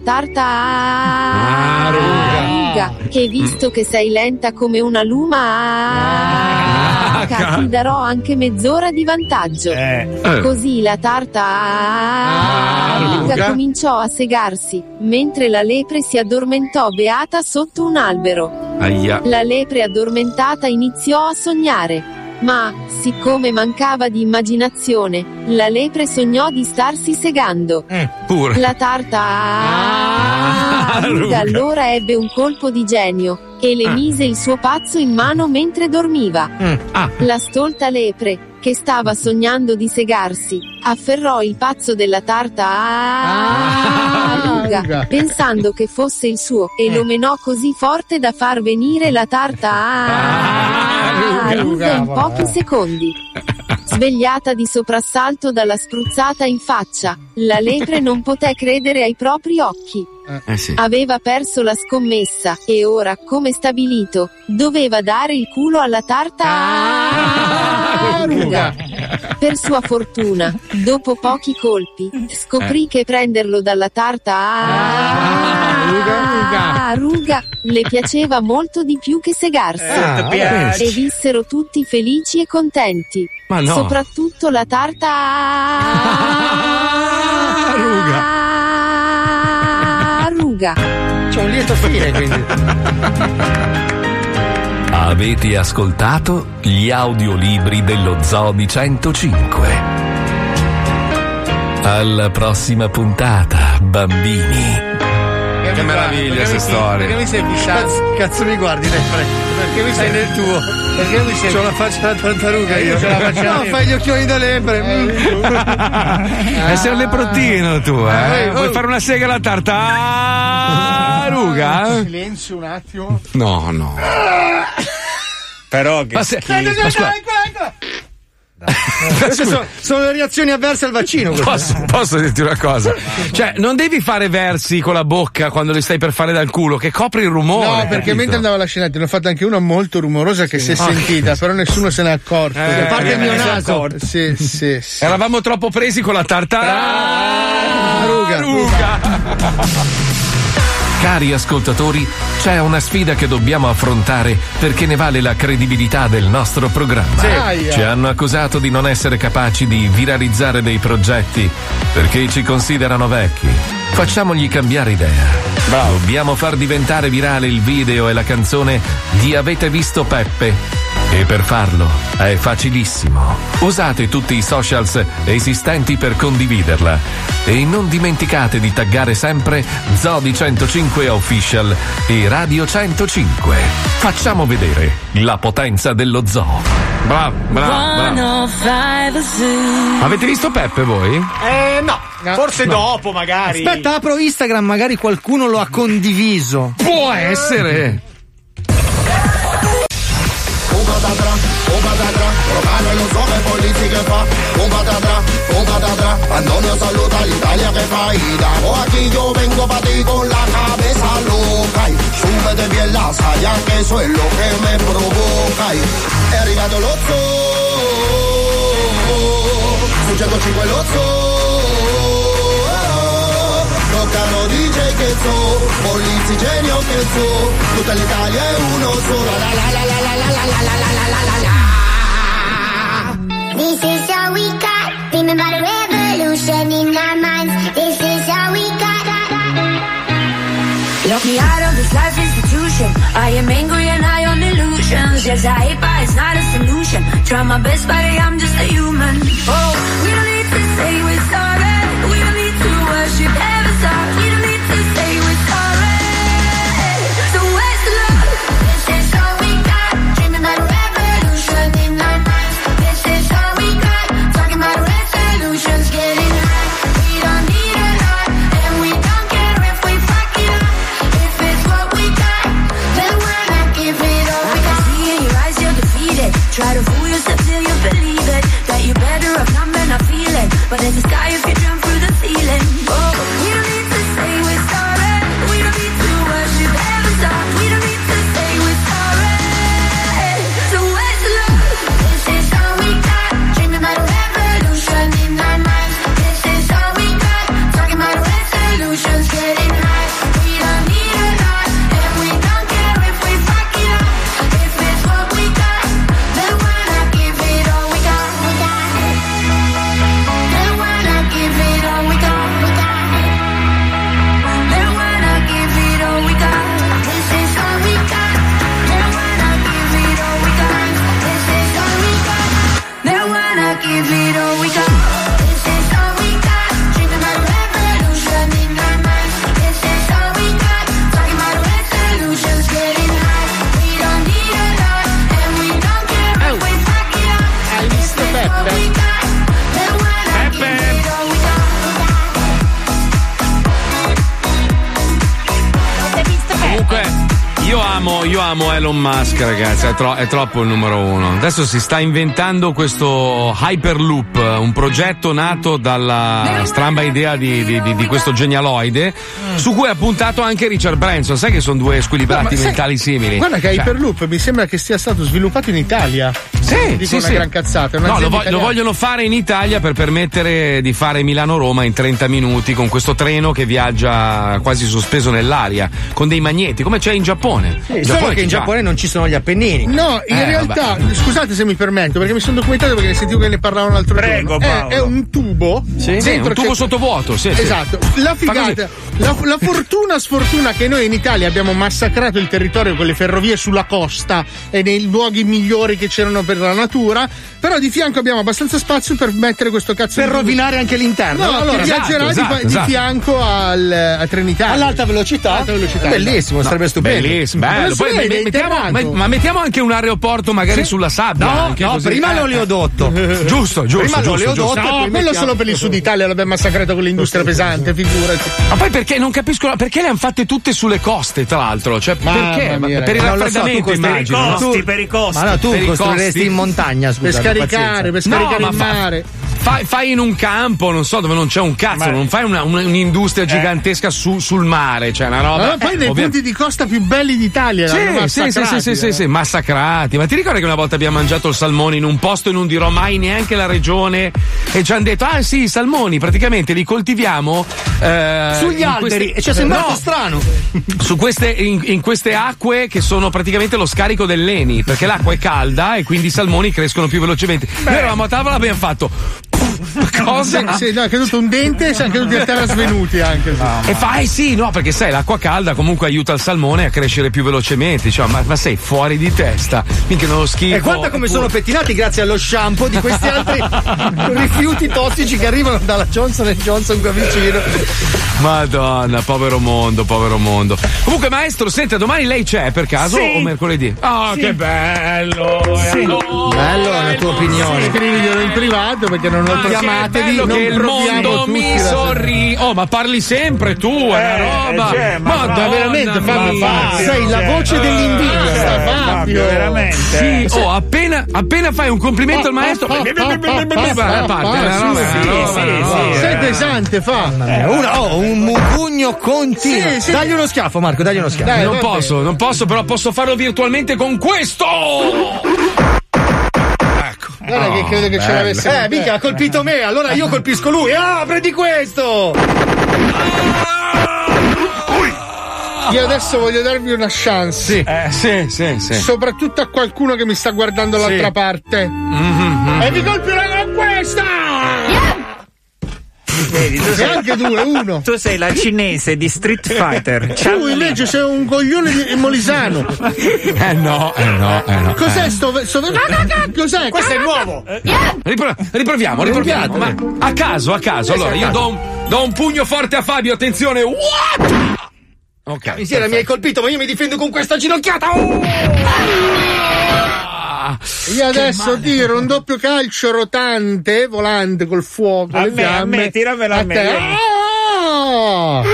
tartaruga, che visto che sei lenta come una lumaca, ti darò anche mezz'ora di vantaggio. Così la tartaruga cominciò a segarsi, mentre la lepre si addormentò beata sotto un albero. Aia. La lepre addormentata iniziò a sognare, ma, siccome mancava di immaginazione, la lepre sognò di starsi segando. Pure. La tartaruga allora ebbe un colpo di genio e le mise il suo pazzo in mano mentre dormiva. La stolta lepre, che stava sognando di segarsi, afferrò il pazzo della tartaruga, pensando che fosse il suo, e lo menò così forte da far venire la tartaruga in pochi secondi. Svegliata di soprassalto dalla spruzzata in faccia, la lepre non poté credere ai propri occhi. Eh sì. Aveva perso la scommessa e ora, come stabilito, doveva dare il culo alla tartaruga. Per sua fortuna, dopo pochi colpi, scoprì che prenderlo dalla tartaruga le piaceva molto di più che segarsi. Eh, piace. E vissero tutti felici e contenti. Ma no. Soprattutto la tartaruga. C'è un lieto fine, quindi. Avete ascoltato gli audiolibri dello Zoo di centocinque. Alla prossima puntata, bambini. Che meraviglia queste storie. Perché mi sei fissato? Cazzo, cazzo mi guardi nel freddo? Perché mi sei nel tuo? Perché mi sei. C'ho la faccia da tartaruga io. C'ho la faccia da no, fai gli occhioni da lepre. Mm. Eh, sei un leprottino tu, eh? Vuoi fare una sega alla tartaruga? Silenzio un attimo. No, no. Però che Ma se- schifo. ma scusa- Queste sono, sono le reazioni avverse al vaccino. Posso, posso dirti una cosa? Cioè, non devi fare versi con la bocca quando li stai per fare dal culo, che copri il rumore. No, perché capito? mentre andava la scenetta ne ho fatta anche una molto rumorosa che si è Ah, sentita, che- però nessuno se n'è accorto. Eh, a parte il mio eh, si è naso. accorto. Sì, sì, sì. Eravamo troppo presi con la tartaruga. Cari ascoltatori, c'è una sfida che dobbiamo affrontare perché ne vale la credibilità del nostro programma. Sì. Aia. Ci hanno accusato di non essere capaci di viralizzare dei progetti perché ci considerano vecchi. Facciamogli cambiare idea. Dobbiamo far diventare virale il video e la canzone di Avete visto Peppe? E per farlo è facilissimo. Usate tutti i socials esistenti per condividerla. E non dimenticate di taggare sempre Zoo di centocinque Official e Radio centocinque. Facciamo vedere la potenza dello zoo. Bravo, bravo, bravo. Avete visto Peppe voi? Eh no, forse dopo magari. Aspetta, apro Instagram, magari qualcuno lo ha condiviso. Può essere. Un patatra, un patatra, Romano e lo so che politiche fa. Un patatra, un patatra, Antonio saluta l'Italia che fa. Y damos aquí yo vengo pa' ti con la cabeza loca. Y súbete bien la saya que eso es lo que me provoca. Y è arrivato lo zoo, su centocinque lo zoo. Toccano D J che so, Polizzi genio che so, tutta l'Italia è uno solo. La la la la la la la la la la la la la. This is all we got. Dreaming about a revolution in our minds. This is all we got. Lock me out of this life institution. I am angry and high on illusions. Yes, I hate, but it's not a solution. Try my best, but I'm just a human. Oh, we don't need to say we're sorry. We don't need to worship heaven's star. We don't need to say we're sorry. So where's the love? This is all we got. Dreaming about a revolution in our minds. This is all we got. Talking about resolutions, getting high. We don't need a lot, and we don't care if we fuck it up. If it's what we got, then why not give it all we got? See in your eyes you're defeated. Try to fool yourself till you believe it. That you're better off not men not feeling. But there's a sky if you jump through the ceiling. Oh, we don't need to say we're sorry. We don't need to worship heaven's star. We don't need to say we're sorry. So where's the love? This is all we got. Dreaming about a revolution in our minds. This is all we got. Talking about resolutions, getting high. We don't need a lot, and we don't care if we fuck it up. If it's what we got, then why not give it all we got? We got. Then why not give it all we got? We got. Then why not give it all we got? This is all we got. Then why not give it all we got? This is all we got. Then why not give it all we got? This is all we got. Dreaming about a revolution in our minds. This is all we got. Talking about resolutions, getting high. We don't need a lot, and we don't care if we fuck it up. If it's what we got, then why not give it all we got? Comunque, io amo, io amo Elon Musk, ragazzi, è, tro- è troppo il numero uno. Adesso si sta inventando questo Hyperloop, un progetto nato dalla stramba idea di, di, di, di questo genialoide, su cui ha puntato anche Richard Branson. Sai che sono due squilibrati No, ma sai- mentali simili. Guarda che Cioè, Hyperloop mi sembra che sia stato sviluppato in Italia. Sì, Dico sì, una sì. gran cazzata. è No, lo, un'azienda vo- lo italiana. vogliono fare in Italia per permettere di fare Milano-Roma in trenta minuti con questo treno che viaggia quasi sospeso nell'aria, con dei magneti, come c'è in Giappone. Sì, In solo Giappone che in c'è già. Giappone non ci sono gli Appennini. No, in Eh, realtà, scusate se mi permetto, perché mi sono documentato perché ne sentivo che ne parlavano l'altro Prego, giorno. È, Paolo. è un tubo. Sì, dentro un tubo c'è- sottovuoto, sì, sì. Esatto. La Fa figata, così. la, la fortuna sfortuna che noi in Italia abbiamo massacrato il territorio con le ferrovie sulla costa e nei luoghi migliori che c'erano per la natura, però di fianco abbiamo abbastanza spazio per mettere questo cazzo per di rovinare anche l'interno. no, Allora, che viaggerà esatto, di, di esatto. fianco al, a Trenitalia all'alta velocità, alta velocità bellissimo, no, sarebbe stupendo. Bellissimo, bello. Ma Poi sì, me- è mettiamo, interrato. ma, ma mettiamo anche un aeroporto magari Sì. sulla sabbia. No, anche no, così. prima Eh. l'oleodotto. Giusto, giusto. Prima giusto, l'oleodotto giusto. e no, poi quello mettiamo- solo per il Sud Italia l'abbiamo massacrato con l'industria pesante, figurati. Ma poi perché non capisco perché le hanno fatte tutte sulle coste, tra l'altro? Cioè, Mamma perché? mia, per il non lo so, tu raffreddamento, costri- immagino. Per i no? costi, per i costi. Ma no, tu Per i costruiresti costi? in montagna, scusa. Per scaricare, per scaricare No, il ma fa- mare. Fai, fai in un campo, non so, dove non c'è un cazzo, Ma- non fai una, una- un'industria gigantesca su- sul mare, cioè una roba. Ma poi nei ovvia- punti di costa più belli d'Italia l'hanno Sì, sì, sì, sì, sì, sì, massacrati, sì, massacrati. Ma ti ricordi che una volta abbiamo mangiato il salmone in un posto e non dirò mai neanche la regione e ci hanno detto, ah sì, i salmoni praticamente li coltiviamo eh, Sugli in alberi, queste- e ci è sembrato No, strano. su queste, in, in queste acque che sono praticamente lo scarico dell'Eni, perché l'acqua è calda e quindi i salmoni crescono più velocemente. Noi eravamo a tavola e abbiamo fatto cosa? Sì, sì, no, è caduto un dente e siamo caduti a terra svenuti anche. Sì. E fai sì, no, perché sai, l'acqua calda comunque aiuta il salmone a crescere più velocemente. Cioè, ma, ma sei fuori di testa. Minchia, non lo schifo. E guarda come sono pettinati grazie allo shampoo di questi altri rifiuti tossici che arrivano dalla Johnson and Johnson qua vicino. Madonna, povero mondo, povero mondo. Comunque, maestro, senta, domani lei c'è per caso Sì. o mercoledì? Ah, Sì. che bello! Sì. E allora- Bello, è la tua opinione. Scriviglielo in privato perché non ho Ma che chiamatevi. bello non che il proviamo mondo tutti mi la- sorri. Oh, ma parli sempre tu, è una Eh, roba. cioè, ma Madonna no, veramente, fammi mia. fare. Sei la voce dell'invidia. Basta, Eh, Fabio. Fabio, veramente. Sì, eh. oh, appena, appena fai un complimento al maestro, Ah, ah, ah, ah, ah, parte, ah, una sì, roba, sì, una roba, sì, una sì, roba. Sei pesante, fa. Eh, una- oh, un mugugno continuo. Sì, sì. Dagli uno schiaffo, Marco, dagli uno schiaffo. Dai, Non vabbè. posso, non posso, però posso farlo virtualmente con questo. Ecco. Guarda che credo che ce bello. l'avesse. Eh, mica ha colpito me, allora io colpisco lui. Ah, prendi questo! Io adesso voglio darvi una chance. Sì, eh, sì, sì, sì. Soprattutto a qualcuno che mi sta guardando dall'altra parte. Mm-hmm. E vi colpirò con questa! Vedi, tu E sei, anche due, uno. tu sei la cinese di Street Fighter. Tu invece sei un coglione di molisano. Eh no, eh no, eh no. Cos'è eh. sto. sto... Cos'è? Questo è nuovo! Ripro- riproviamo, riproviamo. Ma a caso, a caso. Allora, io do un, do un pugno forte a Fabio, attenzione. What? Ok. Insieme mi hai colpito, ma io mi difendo con questa ginocchiata! Oh! Io adesso tiro un doppio calcio rotante, volante col fuoco, A le me, a fiamme. me, tiramela a me, te. vieni. Ah!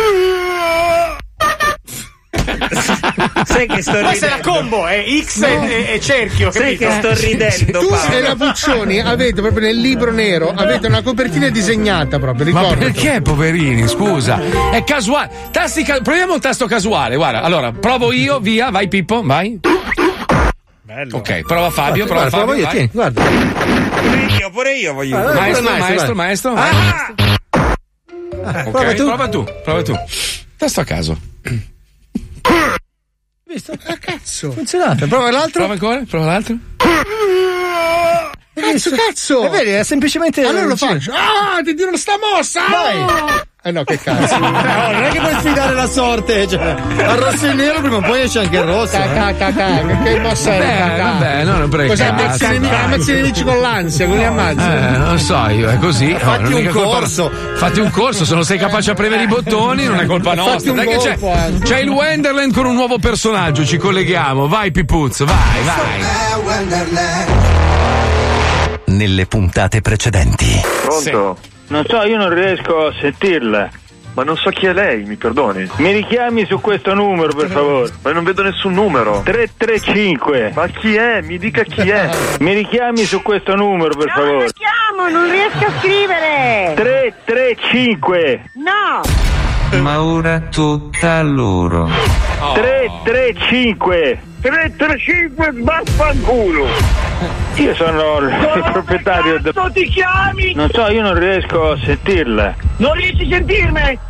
Sai che sto Questa è la ridendo. combo, è X No. e, e cerchio, Sai capito? che sto ridendo, Tu Paolo. e la Puccioni avete proprio nel libro nero, avete una copertina disegnata proprio, Ma ricordo. perché, poverini? Scusa, è casuale. Tasti ca- proviamo il tasto casuale. Guarda, allora, provo io, via, vai Pippo, vai. Bello. Ok, prova Fabio, prova Guarda, Fabio. provo io, vai. tieni, guarda. Pure io, pure io voglio. Ah, Maestro, Pure maestro, maestro, maestro, vai. maestro. Ah, Ok, prova tu. prova tu, prova tu. Tasto a caso. Visto? Ah, cazzo. Funzionato. Prova l'altro. Prova ancora, prova l'altro. Cazzo, cazzo. E vedi, è semplicemente. Allora lo faccio. Ah, ti tiro sta mossa. Vai. Eh no, che cazzo. No, non è che puoi sfidare la sorte. Cioè, al rosso e il nero prima o poi esce anche il rosso. Ca, ca, ca, ca. Che mossa è? Beh, Ca, ca. vabbè, no, non prega. Cos'è? Ammazzi i nemici- ammazzi i nemici con l'ansia, con gli ammazzi. Eh, non so io, è così. Fatti non è un mica colpa- corso. Fatti un corso, se non sei capace a premere i bottoni, non è colpa Fatti nostra. un Dai che c'è, colpo anche. c'è il Wenderland con un nuovo personaggio, ci colleghiamo. Vai Pipuzzo, vai, vai. Nelle puntate precedenti. Pronto? Non so, io non riesco a sentirla. Ma non so chi è lei, mi perdoni. Mi richiami su questo numero, per favore. Ma non vedo nessun numero. tre tre cinque. Ma chi è? Mi dica chi è. Mi richiami su questo numero, per favore. Non chiamo, non riesco a scrivere. tre tre cinque. No. Ma ora tocca a loro. tre tre cinque. tre tre cinque, vaffanculo. Io sono il proprietario del... Cazzo ti chiami? Non so, io non riesco a sentirla. Non riesci a sentirmi?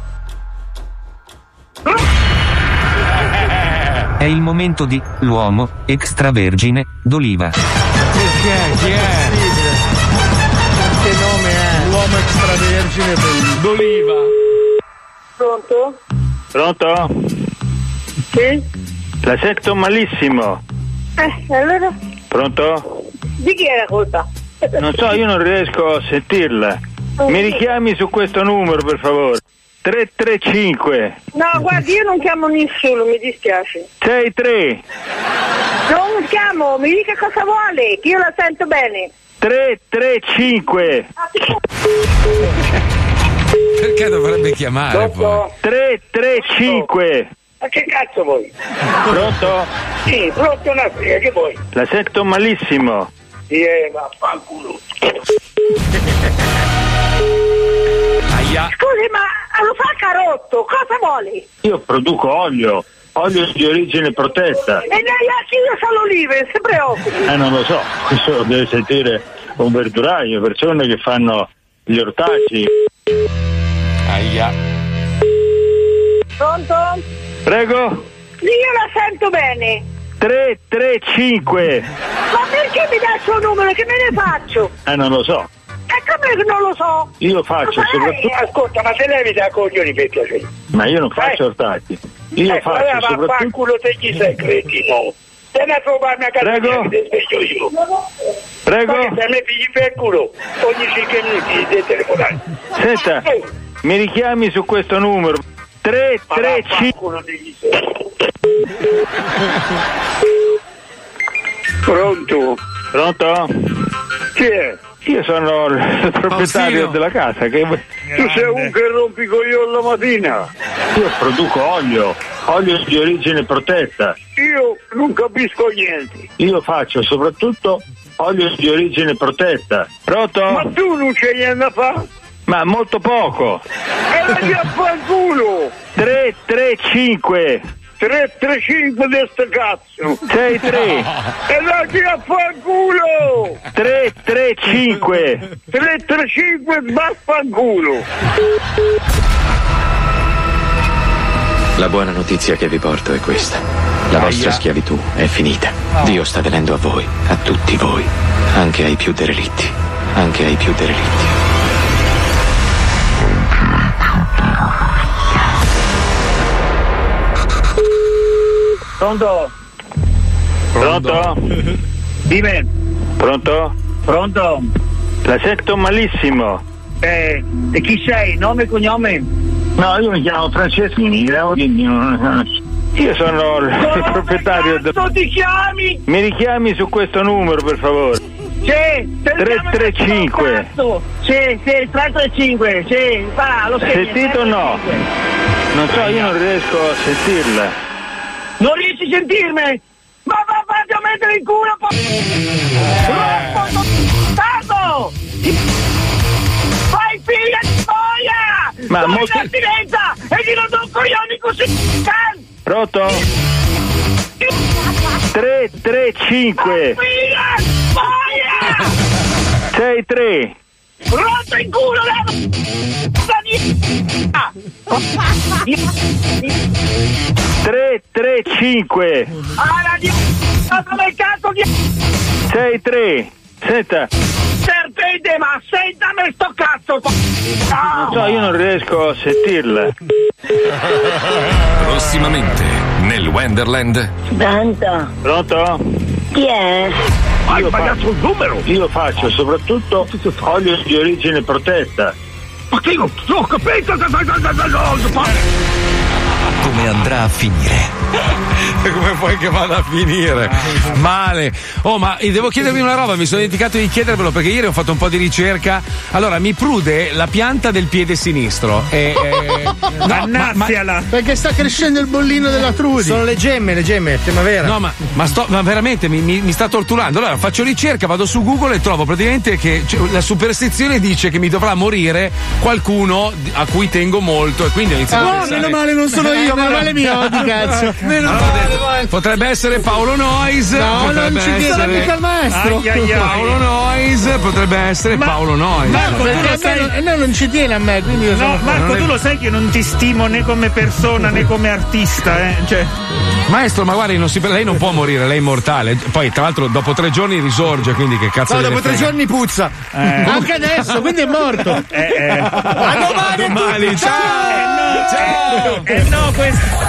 È il momento di l'uomo extravergine d'oliva. Chi è? Chi è? Che nome è? L'uomo extravergine bellissimo. D'oliva. Pronto? Pronto? Sì? La sento malissimo. Eh, allora? Pronto? Di chi è la colpa? Non so, io non riesco a sentirla. Mi richiami su questo numero, per favore. tre tre cinque. No, guardi, io non chiamo nessuno, mi dispiace. sei tre. Non chiamo, mi dica cosa vuole, che io la sento bene. tre tre cinque. Perché dovrebbe chiamare poi? tre tre cinque. Ma che cazzo vuoi? Pronto? Sì, pronto una friga, che vuoi? La sento malissimo. Sì, eh, vaffanculo. Aia. Scusi, ma lo fa carotto, cosa vuole? Io produco olio, olio di origine protetta. E neanche io sono olive, si preoccupi. Eh, non lo so, questo lo deve sentire un verduraio, persone che fanno gli ortaggi. Aia. Pronto? Prego? Io la sento bene. tre tre cinque. Ma perché mi dà il suo numero, che me ne faccio? Eh, non lo so. E come che non lo so? Io faccio Ma lei- soprattutto... Ascolta, ma se levi da coglioni per piacere. Ma io non faccio ortaggi. Io eh, faccio allora, soprattutto... vaffanculo te chi sei, cretino. Te ne trovarmi a casa Prego? mia, che ti sveglio io. Prego? Ma che se me pigli per culo ogni cinque minuti di telefonare. Senta, mi richiami su questo numero. tre tre cinque. Pronto? Pronto? Chi è? Io sono il proprietario Faustino. della casa. Che... Tu sei un che rompi coglioni la mattina. Io produco olio, olio di origine protetta. Io non capisco niente. Io faccio soprattutto olio di origine protetta. Pronto? Ma tu non c'hai niente da fare? Ma molto poco. E la ti affanculo! tre tre cinque. tre tre cinque di sto cazzo! sei tre. E la ti affanculo! tre tre cinque. tre tre cinque vaffanculo! La buona notizia che vi porto è questa. La vostra schiavitù è finita. Dio sta venendo a voi, a tutti voi, anche ai più derelitti, anche ai più derelitti. Pronto? Pronto? Dimmi. Pronto? Pronto? La sento malissimo. Eh, e chi sei? Nome e cognome? No, io mi chiamo Franceschini. Io sono il proprietario del... Cazzo ti chiami? Mi richiami su questo numero, per favore. Sì, tre tre cinque. Sì, sì, tre tre cinque, sì, va, lo segni. Sentito o no? Non so, io non riesco a sentirla. Non riesci a sentirmi? Ma va, fatti a mettere in culo, po'! Rompo, bastardo! Fai figlia di boia! Ma Sono molto- in astinenza e ti non do un coglioni così! Can! Pronto? tre tre cinque. Figlia di boia! sei tre. Rotto in culo la... tre tre cinque. Ah, la di... Come cazzo di... sei tre. Senta, Serpente, ma sentami sto cazzo! non so, io non riesco a sentirla. Prossimamente nel Wonderland. Pronto? Pronto? Chi è? Io faccio, io faccio soprattutto olio di origine protetta. Ma che io ho capito! Come andrà a finire? Come vuoi che vada a finire? Male. Oh, ma devo chiedervi una roba, mi sono dimenticato di chiedervelo perché ieri ho fatto un po' di ricerca. Allora, mi prude la pianta del piede sinistro. E, e... Annazziala! Perché sta crescendo il bollino della Trudi. Sono le gemme, le gemme, primavera. No, ma, ma, sto, ma veramente mi, mi, mi sta torturando. Allora faccio ricerca, vado su Google e trovo praticamente che cioè, la superstizione dice che mi dovrà morire qualcuno a cui tengo molto. E quindi ho iniziato a No, pensare... meno male non sono io, meno male mio, di cazzo. Meno male. potrebbe essere Paolo Noyes. No, potrebbe non ci tiene essere... mica il maestro. Ai, ai, ai. Paolo Noyes, potrebbe essere Ma- Paolo Noyes. Marco, Perché tu lo a me sai- non- e no, non ci tiene a me, quindi io No, sono. Marco, non è- tu lo sai che io non ti stimo né come persona né come artista, eh? Cioè, Maestro, ma guardi, non si... lei non può morire, lei è immortale. Poi, tra l'altro, dopo tre giorni risorge, quindi che cazzo No, gliene dopo tre frega? giorni puzza. Anche adesso, quindi è morto. eh, eh. A domani! Domani, ciao! Eh no, eh no, questo.